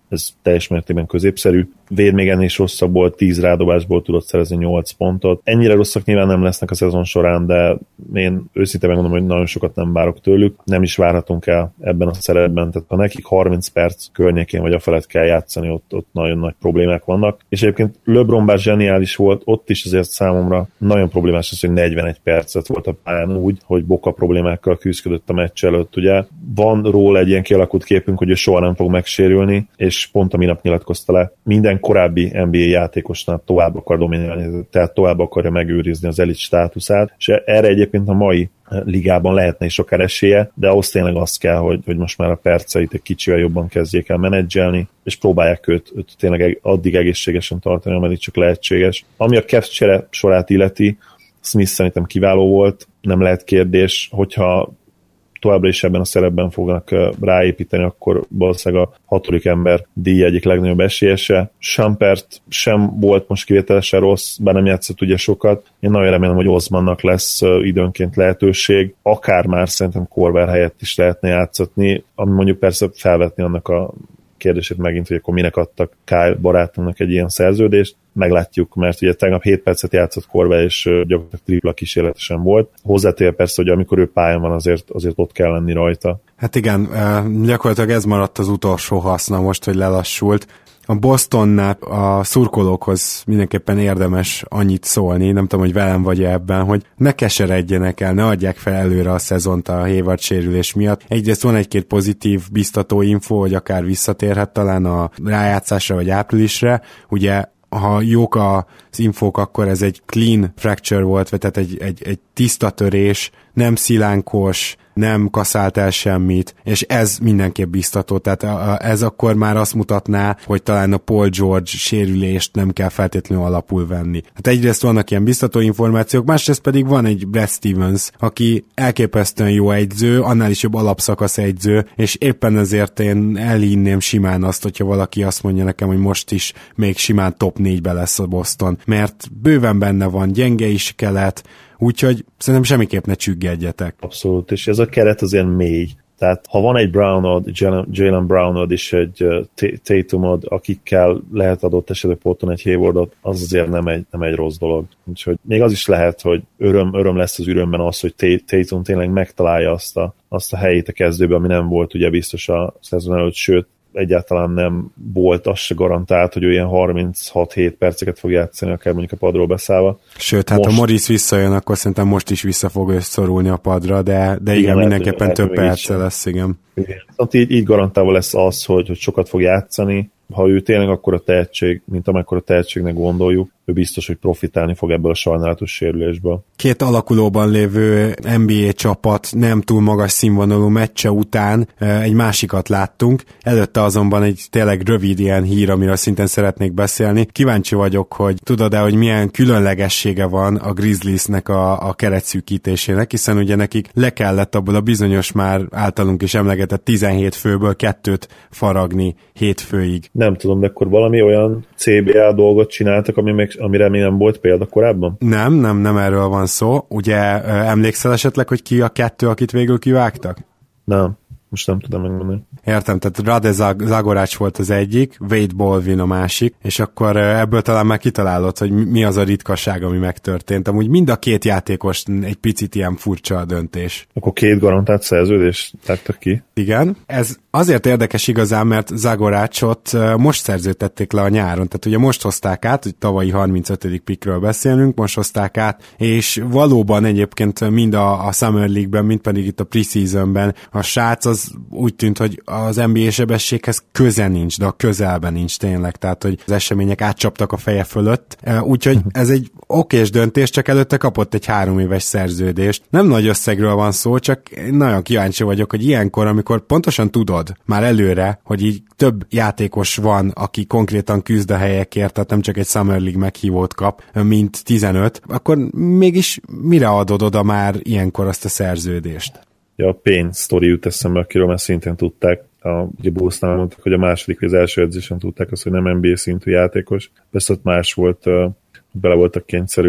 ez teljes mértékben középszerű. Wade még ennél is rosszabb volt, tíz rádobásból tudott szerezni nyolc pontot. Ennyire rosszak nyilván nem lesznek a szezon során, de én őszintén megmondom, hogy nagyon sokat nem várok tőlük. Nem is várhatunk el ebben a szerepben. Tehát ha nekik harminc perc környékén vagy a felett kell játszani, ott, ott nagyon nagy problémák vannak. És egyébként LeBron bár zseniális volt, ott is azért számomra nagyon problémás az, hogy negyvenegy percet volt a pályán úgy, hogy Boka problémákkal küzdött a meccs előtt. Ugye van róla egy ilyen kialakult képünk, hogy ő soha nem fog megsérülni, és pont a minap nyilatkozta le. Minden korábbi en bé á játékosnál tovább akar dominálni, tehát tovább akarja megőrizni az elit státuszát, és erre egyébként a mai ligában lehetne is akár esélye, de ahhoz tényleg az kell, hogy, hogy most már a perceit egy kicsivel jobban kezdjék el menedzselni, és próbálják őt, őt tényleg addig egészségesen tartani, ameddig csak lehetséges. Ami a Cavs csere sorát illeti, Smith szerintem kiváló volt, nem lehet kérdés, hogyha továbbra is ebben a szerepben fognak ráépíteni, akkor valószínűleg a hatodik ember díj egyik legnagyobb esélyese. Shumpert sem volt most kivételesen rossz, bár nem játszott ugye sokat. Én nagyon remélem, hogy Osmannak lesz időnként lehetőség, akár már szerintem Korver helyett is lehetne játszatni, ami mondjuk persze felvetni annak a kérdését megint, hogy akkor minek adtak Kyle barátunknak egy ilyen szerződést. Meglátjuk, mert ugye tegnap hét percet játszott Korver, és gyakorlatilag tripla kísérletesen volt. Hozzátér persze, hogy amikor ő pályán van, azért, azért ott kell lenni rajta. Hát igen, gyakorlatilag ez maradt az utolsó haszna most, hogy lelassult. A Bostonnál a szurkolókhoz mindenképpen érdemes annyit szólni, nem tudom, hogy velem vagy ebben, hogy ne keseredjenek el, ne adják fel előre a szezont a Hayward sérülés miatt. Egyrészt van egy-két pozitív, biztató info, hogy akár visszatérhet talán a rájátszásra vagy áprilisra. Ugye ha jók az infók, akkor ez egy clean fracture volt, vagy tehát egy, egy, egy tiszta törés, nem szilánkos, nem kaszált el semmit, és ez mindenképp biztató, tehát ez akkor már azt mutatná, hogy talán a Paul George sérülést nem kell feltétlenül alapul venni. Hát egyrészt vannak ilyen biztató információk, másrészt pedig van egy Brad Stevens, aki elképesztően jó egyző, annál is jobb alapszakasz egyző, és éppen ezért én elhinném simán azt, hogyha valaki azt mondja nekem, hogy most is még simán top négybe lesz a Boston, mert bőven benne van, gyenge is kelet, úgyhogy szerintem semmiképp ne csüggedjetek. Abszolút, és ez a keret azért mély. Tehát ha van egy Brownod, Jaylen Brownod és egy Tatumod, akikkel lehet adott esetben póton egy Haywardot, az azért nem egy, nem egy rossz dolog. Úgyhogy még az is lehet, hogy öröm, öröm lesz az ürömben az, hogy Tatum tényleg megtalálja azt a, azt a helyét a kezdőben, ami nem volt ugye biztos a szezon előtt, sőt, egyáltalán nem volt, az se garantált, hogy ő ilyen harminchat-hét perceket fog játszani, akár mondjuk a padról beszállva. Sőt, hát most... ha Morris visszajön, akkor szerintem most is vissza fog szorulni a padra, de, de igen, igen lehet, mindenképpen lehet, több perce lesz, igen. igen. Szóval így, így garantálva lesz az, hogy, hogy sokat fog játszani, ha ő tényleg akkor a tehetség, mint amekkora tehetségnek gondoljuk, ő biztos, hogy profitálni fog ebből a sajnálatos sérülésből. Két alakulóban lévő en bé á csapat nem túl magas színvonalú meccse után egy másikat láttunk, előtte azonban egy tényleg rövid ilyen hír, amiről szintén szeretnék beszélni. Kíváncsi vagyok, hogy tudod-e, hogy milyen különlegessége van a Grizzliesnek a, a keretszűkítésének, hiszen ugye nekik le kellett abból a bizonyos már általunk is emlegetett tizenhét főből kettőt faragni hét főig. Nem tudom, de akkor valami olyan cé bé á dolgot csináltak, ami meg, amire még nem volt példa korábban? Nem, nem, nem erről van szó. Ugye emlékszel esetleg, hogy ki a kettő, akit végül kivágtak? Nem. Most nem tudom megmondani. Értem, tehát Rade Zagorács volt az egyik, Wade Baldwin a másik, és akkor ebből talán már kitalálod, hogy mi az a ritkaság, ami megtörtént. Amúgy mind a két játékos egy picit ilyen furcsa a döntés. Akkor két garantált szerződést tettek ki? Igen. Ez azért érdekes igazán, mert Zagorácsot most szerződtették le a nyáron, tehát ugye most hozták át, hogy tavalyi harmincötödik pickről beszélünk, most hozták át, és valóban egyébként mind a, a Summer League-ben, mind pedig itt a preseasonben a srác az úgy tűnt, hogy az en bé á sebességhez köze nincs, de a közelben nincs tényleg, tehát hogy az események átcsaptak a feje fölött. Úgyhogy ez egy okés döntés, csak előtte kapott egy három éves szerződést. Nem nagy összegről van szó, csak nagyon kíváncsi vagyok, hogy ilyenkor, amikor pontosan tudod már előre, hogy így több játékos van, aki konkrétan küzd a helyekért, tehát nem csak egy Summer League meghívót kap, mint tizenöt, akkor mégis mire adod oda már ilyenkor azt a szerződést? Ja, a Payne sztori jut eszembe, akiről már szintén tudták. A Bullsnál mondtak, hogy a második vagy az első edzésen tudták azt, hogy nem en bé á szintű játékos. Persze ott más volt, bele voltak kényszerülve.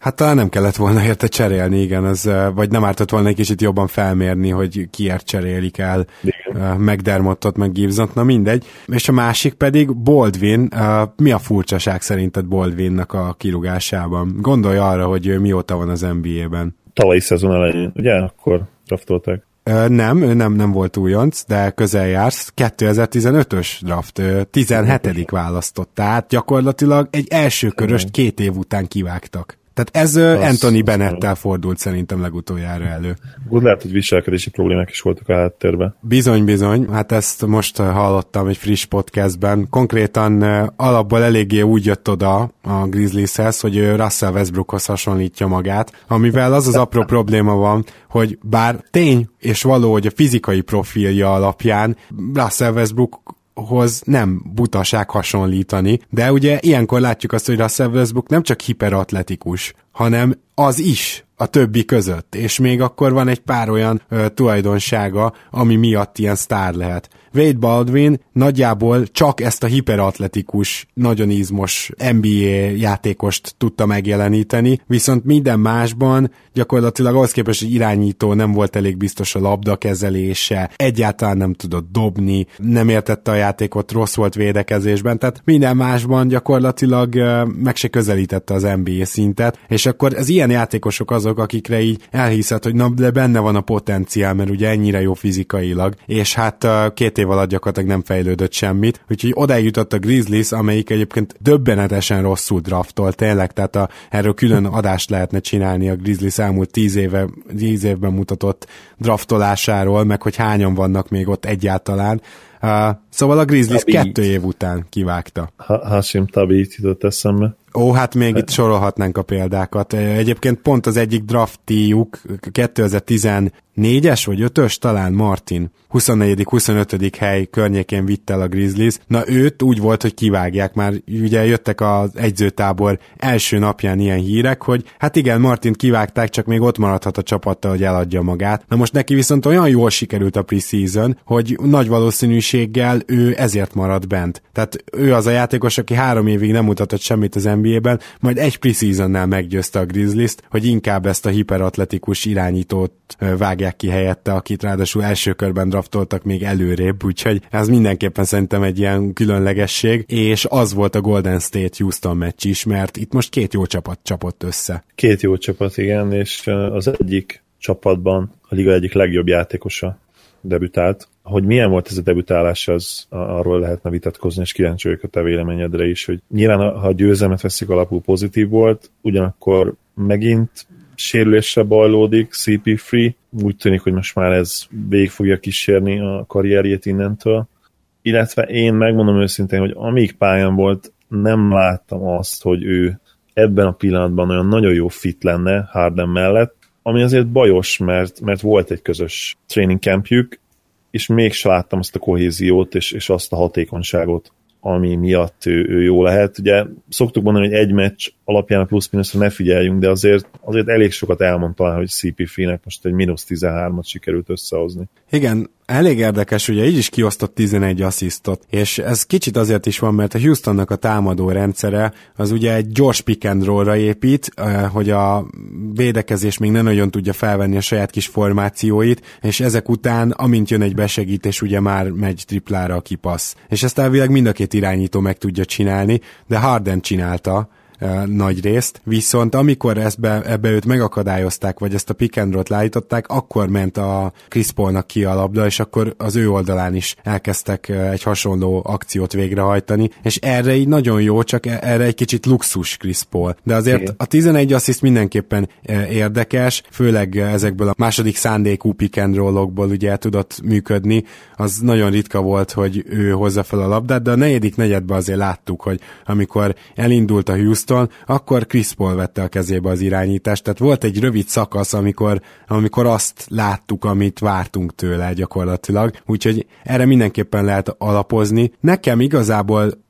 Hát talán nem kellett volna érte cserélni, igen, az, vagy nem ártott volna egy kicsit jobban felmérni, hogy kiért cserélik el igen. McDermottot, meg Gibsont, na mindegy. És a másik pedig Baldwin, mi a furcsaság szerinted Baldwinnak a kirúgásában? Gondolj arra, hogy mióta van az en bé á-ben. Tavalyi szezon elején, ugye? Akkor draftolták. Nem, ő nem, nem volt újonc, de közel jársz. kétezer-tizenötös draft, tizenhetedik választott, tehát gyakorlatilag egy első köröst két év után kivágtak. Tehát ez az, Anthony Bennettel fordult szerintem legutoljára elő. Úgy lehet, hogy viselkedési problémák is voltak a háttérben. Bizony, bizony. Hát ezt most hallottam egy friss podcastben. Konkrétan alapból eléggé úgy jött oda a Grizzlieshez, hogy Russell Westbrookhoz hasonlítja magát, amivel az az apró probléma van, hogy bár tény és való, hogy a fizikai profilja alapján Russell Westbrook hoz nem butaság hasonlítani, de ugye ilyenkor látjuk azt, hogy Russell Westbrook nem csak hiperatletikus, hanem az is a többi között, és még akkor van egy pár olyan ö, tulajdonsága, ami miatt ilyen sztár lehet. Wade Baldwin nagyjából csak ezt a hiperatletikus, nagyon izmos en bé á játékost tudta megjeleníteni, viszont minden másban gyakorlatilag ahhoz képest, hogy irányító, nem volt elég biztos a labdakezelése, egyáltalán nem tudott dobni, nem értette a játékot, rossz volt védekezésben, tehát minden másban gyakorlatilag ö, meg se közelítette az en bé á szintet, és akkor az ilyen játékosok azok, akikre így elhiszed, hogy na, de benne van a potenciál, mert ugye ennyire jó fizikailag, és hát ö, két év alatt gyakorlatilag nem fejlődött semmit, úgyhogy odáig jutott a Grizzlies, amelyik egyébként döbbenetesen rosszul draftolt, tényleg, tehát a, erről külön adást lehetne csinálni a Grizzlies elmúlt tíz, éve, tíz évben mutatott draftolásáról, meg hogy hányan vannak még ott egyáltalán. Uh, szóval a Grizzlies Tabit. kettő év után kivágta. Ha- Hashim Tabit jutott eszembe. Ó, hát még itt sorolhatnánk a példákat. Egyébként pont az egyik draftiuk kétezer-tizennégyes vagy ötös talán Martin. huszonnegyedik huszonötödik hely környékén vitt el a Grizzlies. Na őt úgy volt, hogy kivágják. Már ugye jöttek az egyzőtábor első napján ilyen hírek, hogy hát igen, Martint kivágták, csak még ott maradhat a csapattal, hogy eladja magát. Na most neki viszont olyan jól sikerült a preseason, hogy nagy valószínűséggel ő ezért marad bent. Tehát ő az a játékos, aki három évig nem mutatott semmit az en bé á-ben, majd egy preseasonnál meggyőzte a Grizzlies-t, hogy inkább ezt a hiperatletikus irányítót vágják ki helyette, akit ráadásul első körben draftoltak még előrébb, úgyhogy ez mindenképpen szerintem egy ilyen különlegesség, és az volt a Golden State-Houston meccs is, mert itt most két jó csapat csapott össze. Két jó csapat, igen, és az egyik csapatban a liga egyik legjobb játékosa debütált. Hogy milyen volt ez a debütálás, az arról lehetne vitatkozni, és kíváncsi vagyok a te véleményedre is, hogy nyilván, ha a győzelmet veszik alapul, pozitív volt, ugyanakkor megint sérülésre bajlódik, cé pé három, úgy tűnik, hogy most már ez végig fogja kísérni a karrierjét innentől, illetve én megmondom őszintén, hogy amíg pályán volt, nem láttam azt, hogy ő ebben a pillanatban olyan nagyon jó fit lenne Harden mellett, ami azért bajos, mert, mert volt egy közös training campjük, és mégsem láttam azt a kohéziót, és, és azt a hatékonyságot, ami miatt ő, ő jó lehet. Ugye szoktuk mondani, hogy egy meccs alapján a plusz-minuszra ne figyeljünk, de azért, azért elég sokat elmond talán, hogy cé pé három-nek most egy mínusz tizenhármat sikerült összehozni. Igen, elég érdekes, ugye így is kiosztott tizenegy asszisztot, és ez kicsit azért is van, mert a Houstonnak a támadó rendszere az ugye egy gyors pick and roll-ra épít, hogy a védekezés még nem nagyon tudja felvenni a saját kis formációit, és ezek után, amint jön egy besegítés, ugye már megy triplára a kipassz. És ezt elvileg mind a két irányító meg tudja csinálni, de Harden csinálta nagy részt, viszont amikor ezt be, ebbe őt megakadályozták, vagy ezt a pick and roll-t leállították, akkor ment a Chris Paulnak ki a labda, és akkor az ő oldalán is elkezdtek egy hasonló akciót végrehajtani, és erre így nagyon jó, csak erre egy kicsit luxus Chris Paul. De azért igen, a tizenegy assziszt mindenképpen érdekes, főleg ezekből a második szándékú pick and roll-okból ugye el tudott működni, az nagyon ritka volt, hogy ő hozza fel a labdát, de a negyedik negyedben azért láttuk, hogy amikor elindult a Houston, akkor Chris Paul vette a kezébe az irányítást, tehát volt egy rövid szakasz, amikor, amikor azt láttuk, amit vártunk tőle gyakorlatilag, úgyhogy erre mindenképpen lehet alapozni. Nekem igazából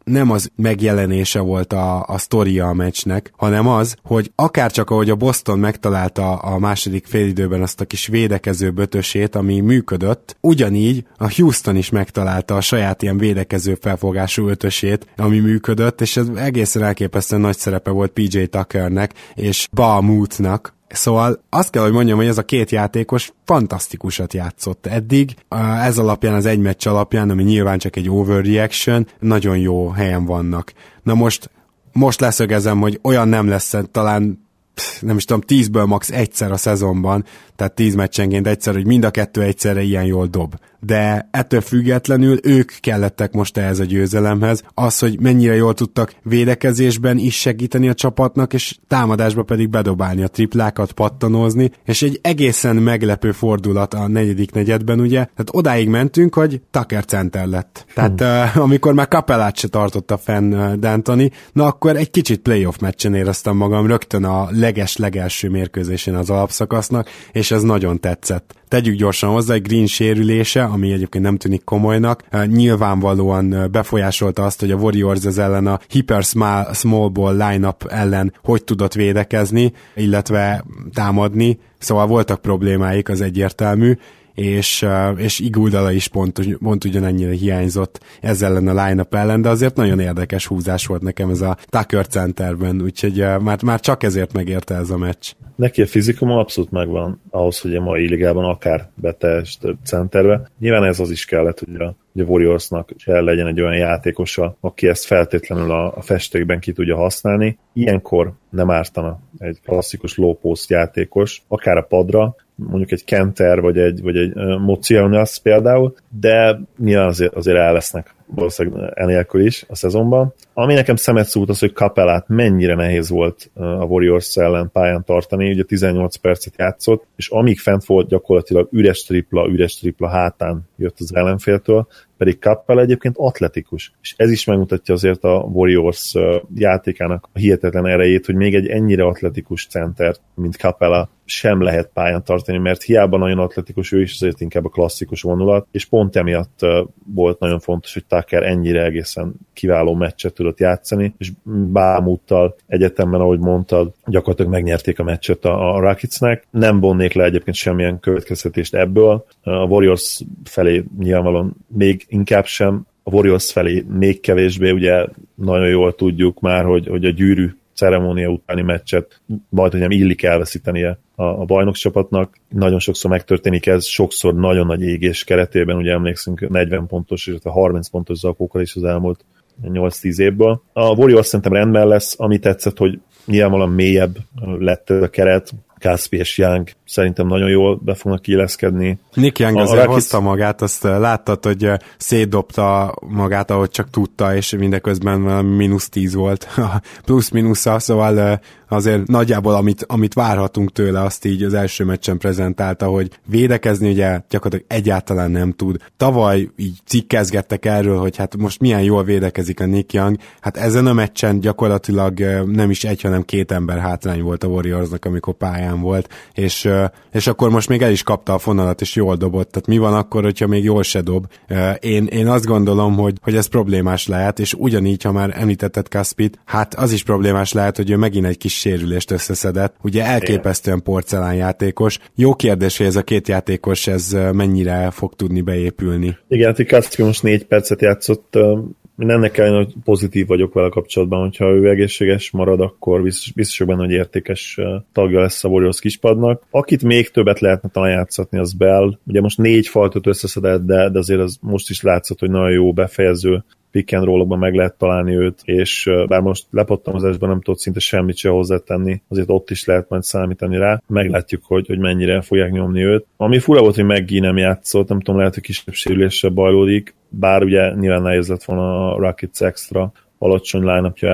nem az megjelenése volt a, a sztoria a meccsnek, hanem az, hogy akárcsak ahogy a Boston megtalálta a második félidőben azt a kis védekező bötösét, ami működött, ugyanígy a Houston is megtalálta a saját ilyen védekező felfogású ötösét, ami működött, és ez egészen elképesztően nagy szerepe volt pé jé Tuckernek és Bahamutnak. Szóval azt kell, hogy mondjam, hogy ez a két játékos fantasztikusat játszott eddig. Ez alapján, az egy meccs alapján, ami nyilván csak egy overreaction, nagyon jó helyen vannak. Na most, most leszögezem, hogy olyan nem lesz, talán nem is tudom, tízből max egyszer a szezonban, tehát tíz meccsenként egyszer, hogy mind a kettő egyszerre ilyen jól dob. De ettől függetlenül ők kellettek most ehhez a győzelemhez. Az, hogy mennyire jól tudtak védekezésben is segíteni a csapatnak, és támadásba pedig bedobálni a triplákat, pattanózni, és egy egészen meglepő fordulat a negyedik negyedben, ugye? Tehát odáig mentünk, hogy Tucker center lett. Tehát uh, amikor már Capellát se tartotta fenn uh, D'Antoni, na akkor egy kicsit playoff meccsen éreztem magam rögtön a leges-legelső mérkőzésén az alapszakasznak, és ez nagyon tetszett. Tegyük gyorsan hozzá, egy Green sérülése, ami egyébként nem tűnik komolynak, nyilvánvalóan befolyásolta azt, hogy a Warriors ez ellen a hyper small, small ball line-up ellen hogy tudott védekezni, illetve támadni, szóval voltak problémáik, az egyértelmű, és, és Iguodala is pont, pont ugyanennyire hiányzott ezzel ellen a line-up ellen, de azért nagyon érdekes húzás volt nekem ez a Tucker centerben, úgyhogy már, már csak ezért megérte ez a meccs. Neki a fizikuma abszolút megvan ahhoz, hogy a mai ligában akár beteljes centerbe. Nyilván ez az is kellett, hogy a, hogy a Warriorsnak legyen egy olyan játékosa, aki ezt feltétlenül a, a festékben ki tudja használni. Ilyenkor nem ártana egy klasszikus low post játékos, akár a padra, mondjuk egy Kenter, vagy egy, vagy egy uh, Mocianas például, de nyilván azért, azért el lesznek valószínűleg enélkül is a szezonban. Ami nekem szemet szúrt az, hogy Capellát mennyire nehéz volt uh, a Warriors ellen pályán tartani, ugye tizennyolc percet játszott, és amíg fent volt gyakorlatilag üres tripla, üres tripla hátán jött az ellenféltől, pedig Capella egyébként atletikus. És ez is megmutatja azért a Warriors játékának a hihetetlen erejét, hogy még egy ennyire atletikus center, mint Capella sem lehet pályán tartani, mert hiába nagyon atletikus, ő is azért inkább a klasszikus vonulat, és pont emiatt volt nagyon fontos, hogy Tucker ennyire egészen kiváló meccset tudott játszani, és Bahamuttal egyetemben, ahogy mondtad, gyakorlatilag megnyerték a meccset a, a Rocketsnek. Nem vonnék le egyébként semmilyen következtetést ebből. A Warriors felé nyilvánvalóan még inkább sem, a Warriors felé még kevésbé, ugye nagyon jól tudjuk már, hogy, hogy a gyűrű ceremónia utáni meccset majd, hogy nem illik elveszítenie a, a bajnokcsapatnak. Nagyon sokszor megtörténik ez, sokszor nagyon nagy égés keretében, ugye emlékszünk negyven pontos, és a harminc pontos zakókkal is az elmúlt nyolc-tíz évből. A Warriors szerintem rendben lesz, ami tetszett, hogy nyilvánvalóan mélyebb lett a keret, Caspi és Young szerintem nagyon jól be fognak illeszkedni. Nick Young azért Rakits... hozta magát, azt láttad, hogy szétdobta magát, ahogy csak tudta, és mindeközben mínusz tíz volt plusz-minusza, szóval azért nagyjából amit, amit várhatunk tőle, azt így az első meccsen prezentálta, hogy védekezni ugye gyakorlatilag egyáltalán nem tud. Tavaly így cikkezgettek erről, hogy hát most milyen jól védekezik a Nick Young, hát ezen a meccsen gyakorlatilag nem is egy, hanem két ember hátrány volt a Warriorsnak, amikor pályán volt, és, és akkor most még el is kapta a fonalat, és jól dobott. Tehát mi van akkor, hogyha még jól se dob? Én, én azt gondolom, hogy, hogy ez problémás lehet, és ugyanígy, ha már említetted Caspit, hát az is problémás lehet, hogy ő megint egy kis sérülést összeszedett. Ugye elképesztően porcelán játékos. Jó kérdés, hogy ez a két játékos ez mennyire fog tudni beépülni. Igen, hát Caspi most négy percet játszott. Én ennek ellenére, hogy pozitív vagyok vele kapcsolatban, hogyha ő egészséges marad, akkor biztos, biztos benne, hogy értékes tagja lesz a Warriors kispadnak. Akit még többet lehetne talán játszatni, az Bell. Ugye most négy faltot összeszedett, de, de azért az most is látszott, hogy nagyon jó befejező, pick and roll-okban meg lehet találni őt, és bár most lepattamozásban nem tudott szinte semmit se hozzátenni, azért ott is lehet majd számítani rá. Meglátjuk, hogy, hogy mennyire fogják nyomni őt. Ami fura volt, hogy McGee nem játszott, nem tudom, lehet, hogy kisebb sérüléssel bajlódik, bár ugye nyilván nehéz lett volna a Rockets extra alacsony line-upja ellen.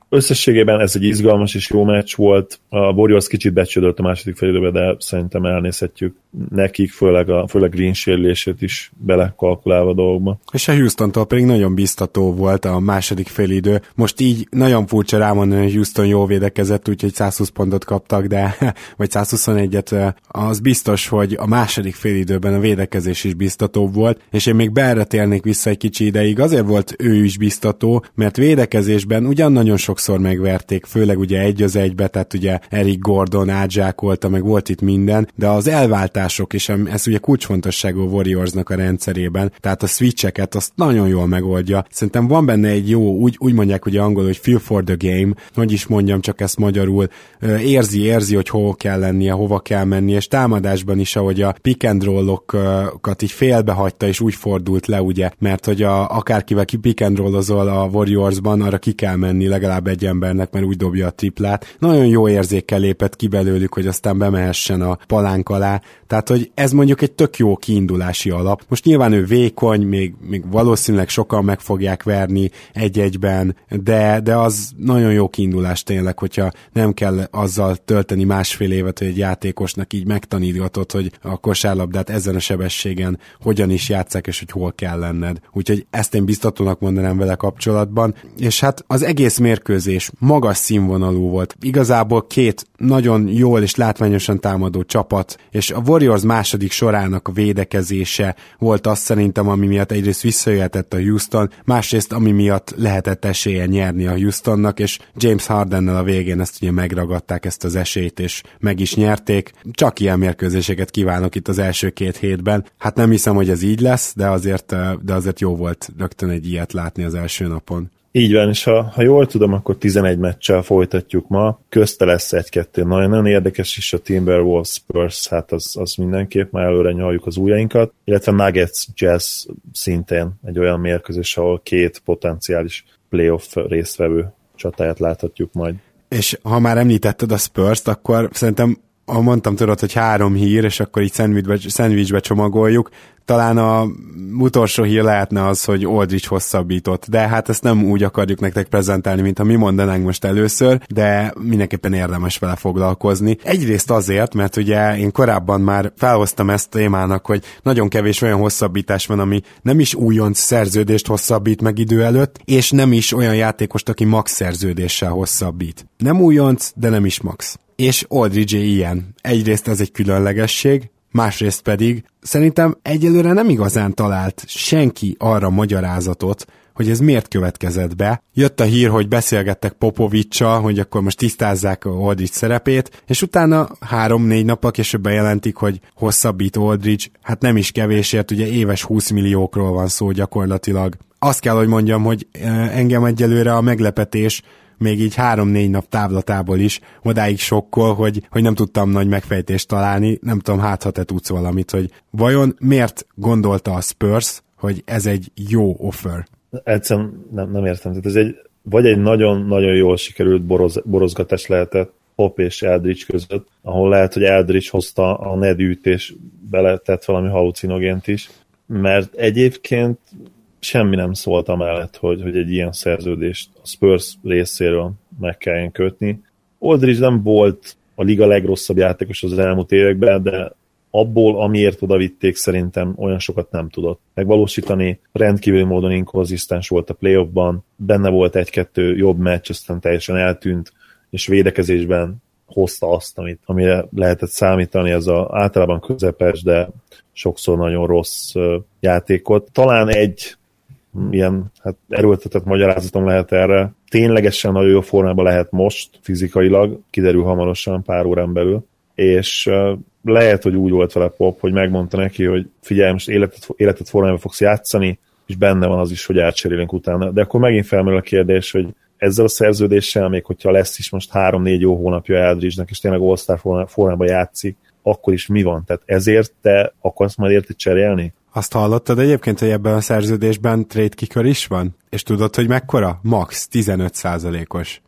Összességében ez egy izgalmas és jó meccs volt. A Warriors kicsit becsődölt a második félidőbe, de szerintem elnézhetjük nekik, főleg a főleg Green sérülését is belekalkulálva a dolgokba. És a Houstontól pedig nagyon biztató volt a második félidő. Most így nagyon furcsa rámondani, hogy Houston jól védekezett, úgyhogy százhúsz pontot kaptak, de vagy százhuszonegyet, az biztos, hogy a második félidőben a védekezés is biztatóbb volt, és én még Bellre térnék vissza egy kicsi ideig. Azért volt ő is biztató, mert védekezésben ugyan nagyon sokszor megverték, főleg ugye egy az egybe, tehát ugye Eric Gordon átzsákolta, meg volt itt minden, de az elváltások, és ez ugye kulcsfontosságú Warriorsnak a rendszerében, tehát a switcheket azt nagyon jól megoldja. Szerintem van benne egy jó, úgy, úgy mondják ugye angolul, hogy feel for the game, hogy is mondjam csak ezt magyarul, érzi, érzi, hogy hol kell lennie, hova kell menni, és támadásban is, ahogy a pick and roll-okat így félbehagyta, és úgy fordult le, ugye, mert hogy a, akárkivel ki pick and rollozol a Warriorsban, arra ki kell menni legalább egy embernek, mert úgy dobja a triplát. Nagyon jó érzékkel lépett ki belőlük, hogy aztán bemehessen a palánk alá. Tehát, hogy ez mondjuk egy tök jó kiindulási alap. Most nyilván ő vékony, még, még valószínűleg sokan meg fogják verni egy-egyben, de, de az nagyon jó kiindulás tényleg, hogyha nem kell azzal tölteni másfél évet, hogy egy játékosnak így megtanítgatod, hogy a kosárlabdát ezen a sebességen hogyan is játsszák, és hogy hol kell lenned. Úgyhogy ezt én biztatónak mondanám vele kapcsolatban. És hát az egész mérkőzés magas színvonalú volt. Igazából két nagyon jól és látványosan támadó csapat, és a Warriors második sorának a védekezése volt azt szerintem, ami miatt egyrészt visszajöhetett a Houston, másrészt ami miatt lehetett esélye nyerni a Houstonnak, és James Hardennel a végén ezt ugye megragadták, ezt az esélyt, és meg is nyerték. Csak ilyen mérkőzéseket kívánok itt az első két hétben. Hát nem hiszem, hogy ez így lesz, de azért, de azért jó volt rögtön egy ilyet látni az első napon. Így van, és ha, ha jól tudom, akkor tizenegy meccsel folytatjuk ma. Közte lesz egy-kettő. Nagyon, nagyon érdekes is a Timberwolves Spurs, hát az, az mindenképp, már előre nyaljuk az ujjainkat. Illetve Nuggets Jazz szintén egy olyan mérkőzés, ahol két potenciális playoff résztvevő csatáját láthatjuk majd. És ha már említetted a Spurs-t, akkor szerintem, ha mondtam, tudod, hogy három hír, és akkor így szendvicsbe csomagoljuk, talán a utolsó hír lehetne az, hogy Aldridge hosszabbított, de hát ezt nem úgy akarjuk nektek prezentálni, mint ha mi mondanánk most először, de mindenképpen érdemes vele foglalkozni. Egyrészt azért, mert ugye én korábban már felhoztam ezt témának, hogy nagyon kevés olyan hosszabbítás van, ami nem is újonc szerződést hosszabbít meg idő előtt, és nem is olyan játékost, aki max szerződéssel hosszabbít. Nem újonc, de nem is max. És Aldridge ilyen. Egyrészt ez egy különlegesség, másrészt pedig szerintem egyelőre nem igazán talált senki arra magyarázatot, hogy ez miért következett be. Jött a hír, hogy beszélgettek Popovics-sal, hogy akkor most tisztázzák Aldridge szerepét, és utána három-négy nappal később bejelentik, hogy hosszabbít Aldridge, hát nem is kevésért, ugye éves húsz milliókról van szó gyakorlatilag. Azt kell, hogy mondjam, hogy engem egyelőre a meglepetés még így három-négy nap távlatából is odáig sokkol, hogy, hogy nem tudtam nagy megfejtést találni, nem tudom, hát ha te tudsz valamit, hogy vajon miért gondolta a Spurs, hogy ez egy jó offer? Egyszerűen nem, nem értem. Tehát ez egy, vagy egy nagyon-nagyon jól sikerült boroz, borozgatás lehetett Pop és Aldridge között, ahol lehet, hogy Aldridge hozta a nedűt és beletett valami halucinogént is, mert egyébként semmi nem szólt amellett, hogy, hogy egy ilyen szerződést a Spurs részéről meg kelljen kötni. Aldridge nem volt a liga legrosszabb játékos az elmúlt években, de abból, amiért oda vitték, szerintem olyan sokat nem tudott megvalósítani. Rendkívüli módon inkonzisztens volt a playoffban, benne volt egy-kettő jobb meccs, aztán teljesen eltűnt, és védekezésben hozta azt, amit, amire lehetett számítani, ez a általában közepes, de sokszor nagyon rossz játékot. Talán egy ilyen hát erőltetett magyarázatom lehet erre. Ténylegesen nagyon jó formában lehet most fizikailag, kiderül hamarosan pár órán belül, és uh, lehet, hogy úgy volt vele Pop, hogy megmondta neki, hogy figyelj, most életet, életet formában fogsz játszani, és benne van az is, hogy átcserélünk utána. De akkor megint felmerül a kérdés, hogy ezzel a szerződéssel, még hogyha lesz is most három-négy jó hónapja Aldridge-nek, és tényleg All-Star formában játszik, akkor is mi van? Tehát ezért te akarsz majd érte cserélni? Azt hallottad egyébként, hogy ebben a szerződésben trade kicker is van? És tudod, hogy mekkora? Max tizenöt százalékos.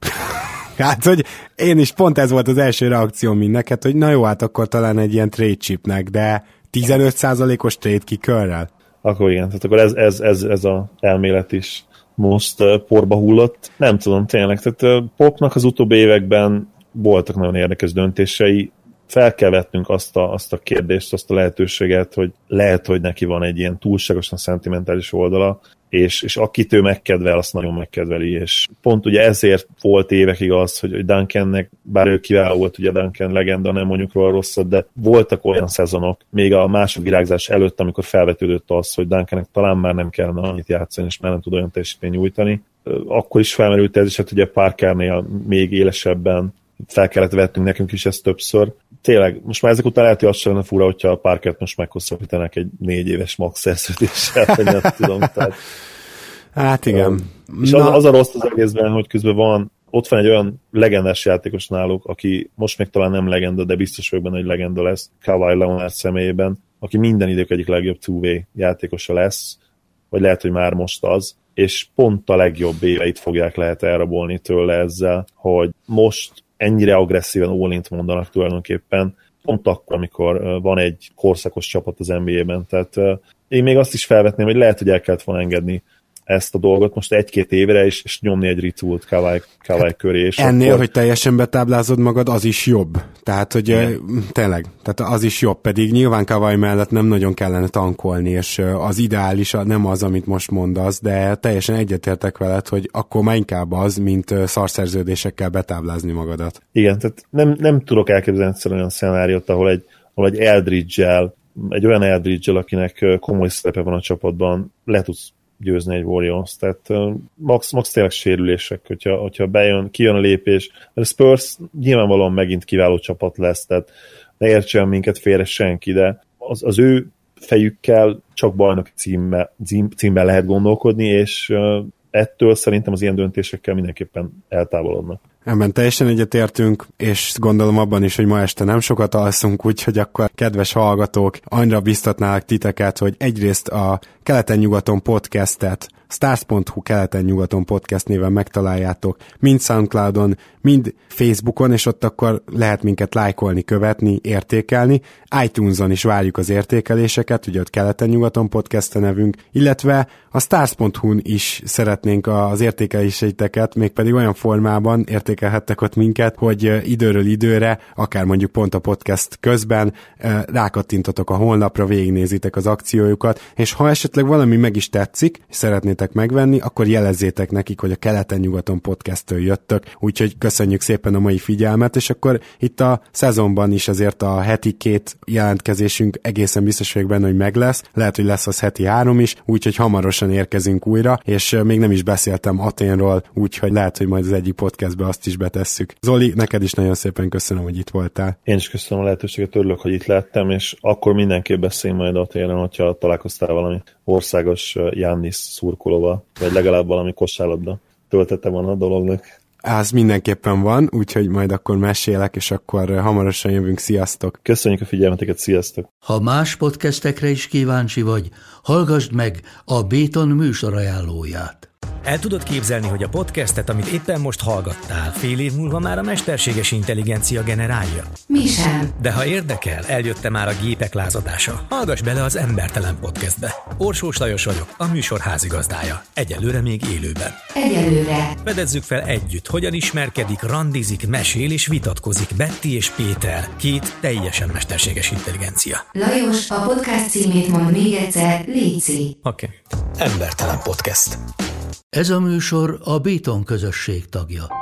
Hát, hogy én is pont ez volt az első reakcióm mindeket, hogy na jó, hát akkor talán egy ilyen trade chipnek, de tizenöt százalékos trade kickerrel? Akkor igen, tehát akkor ez, ez, ez, ez a elmélet is most uh, porba hullott. Nem tudom, tényleg. Tehát uh, Popnak az utóbbi években voltak nagyon érdekes döntései. Fel kell vetnünk azt a, azt a kérdést, azt a lehetőséget, hogy lehet, hogy neki van egy ilyen túlságosan szentimentális oldala, és, és akit ő megkedvel, azt nagyon megkedveli, és pont ugye ezért volt évekig az, hogy Duncannek, bár ő kiváló volt, ugye Duncan legenda, nem mondjuk róla rosszat, de voltak olyan szezonok, még a második virágzás előtt, amikor felvetődött az, hogy Duncannek talán már nem kellene annyit játszani, és már nem tud olyan teljesítményt nyújtani. Akkor is felmerült ez, és hát ugye Parkernél még élesebben fel kellett vetnünk nekünk is ezt többször. Tényleg, most már ezek után lehet, hogy azt sem lenne fura, hogyha a Parkert most meghosszabbítanak egy négy éves max szerződéssel, vagy nem tudom. Tehát, hát igen. És az, az a rossz az egészben, hogy közben van, ott van egy olyan legendás játékos náluk, aki most még talán nem legenda, de biztos vagyok benne, hogy legenda lesz, Kawhi Leonard személyében, aki minden idők egyik legjobb two-way játékosa lesz, vagy lehet, hogy már most az, és pont a legjobb éveit fogják lehet elrabolni tőle ezzel, hogy most ennyire agresszíven all-int mondanak tulajdonképpen, pont akkor, amikor van egy korszakos csapat az en bé á-ben. Tehát én még azt is felvetném, hogy lehet, hogy el kellett volna engedni ezt a dolgot most egy-két évre, és, és nyomni egy ritualt Kawhi, Kawhi hát köré. És ennél, akkor... hogy teljesen betáblázod magad, az is jobb. Tehát, hogy igen. Tényleg, tehát az is jobb, pedig nyilván Kawhi mellett nem nagyon kellene tankolni, és az ideális nem az, amit most mondasz, de teljesen egyetértek veled, hogy akkor már inkább az, mint szarszerződésekkel betáblázni magadat. Igen, tehát nem, nem tudok elképzelni egyszerűen olyan szenáriót, ahol egy, ahol egy Eldridge-el, egy olyan Eldridge-el, akinek komoly szerepe van a csapatban, le tudsz győzni egy Warriors, tehát uh, max, max tényleg sérülések, hogyha, hogyha bejön, kijön a lépés, mert a Spurs nyilvánvalóan megint kiváló csapat lesz, tehát ne értsen minket félre senki, de az, az ő fejükkel csak bajnoki címbe, cím, címben lehet gondolkodni, és uh, ettől szerintem az ilyen döntésekkel mindenképpen eltávolodnak. Ebben teljesen egyetértünk, és gondolom abban is, hogy ma este nem sokat alszunk, úgyhogy akkor kedves hallgatók, annyira biztatnálak titeket, hogy egyrészt a Keleten-nyugaton podcastet, stars pont hu Keleten-nyugaton podcast néven megtaláljátok, mind Soundcloudon, mind Facebookon, és ott akkor lehet minket lájkolni, követni, értékelni. iTunes-on is várjuk az értékeléseket, ugye ott Keleten-nyugaton podcast a nevünk, illetve a stars pont hu-n is szeretnénk az értékeléseiteket, mégpedig olyan formában értékelhettek ott minket, hogy időről időre, akár mondjuk pont a podcast közben rákattintotok a honlapra, végignézitek az akciójukat, és ha esetleg valami meg is tetszik, és szeretnétek megvenni, akkor jelezzétek nekik, hogy a Keleten-nyugaton podcasttől jöttök, úgyhogy köszönjük szépen a mai figyelmet, és akkor itt a szezonban is azért a heti két jelentkezésünk egészen biztos vagyok benne, hogy meg lesz, lehet, hogy lesz az heti három is, úgyhogy hamarosan érkezünk újra, és még nem is beszéltem Athénról, úgyhogy lehet, hogy majd az egyik podcastbe azt is betesszük. Zoli, neked is nagyon szépen köszönöm, hogy itt voltál. Én is köszönöm a lehetőséget, örülök, hogy itt lettem, és akkor mindenképp beszéljünk majd Athénről, hogyha találkoztál valami országos Giannis szurkolóval, vagy legalább valami kosárlabda töltete van a dolognak. Az mindenképpen van, úgyhogy majd akkor mesélek, és akkor hamarosan jövünk. Sziasztok! Köszönjük a figyelmeteket, sziasztok! Ha más podcastekre is kíváncsi vagy, hallgassd meg a Béton műsor ajánlóját. El tudod képzelni, hogy a podcastet, amit éppen most hallgattál, fél év múlva már a mesterséges intelligencia generálja? Mi sem. De ha érdekel, eljött már a gépek lázadása. Hallgass bele az Embertelen Podcastbe. Orsós Lajos vagyok, a műsor házigazdája. Egyelőre még élőben. Egyelőre. Fedezzük fel együtt, hogyan ismerkedik, randizik, mesél és vitatkozik Betty és Péter, két teljesen mesterséges intelligencia. Lajos, a podcast címét mond még egyszer, léci. Oké. Okay. Embertelen Podcast. Ez a műsor a Béton közösség tagja.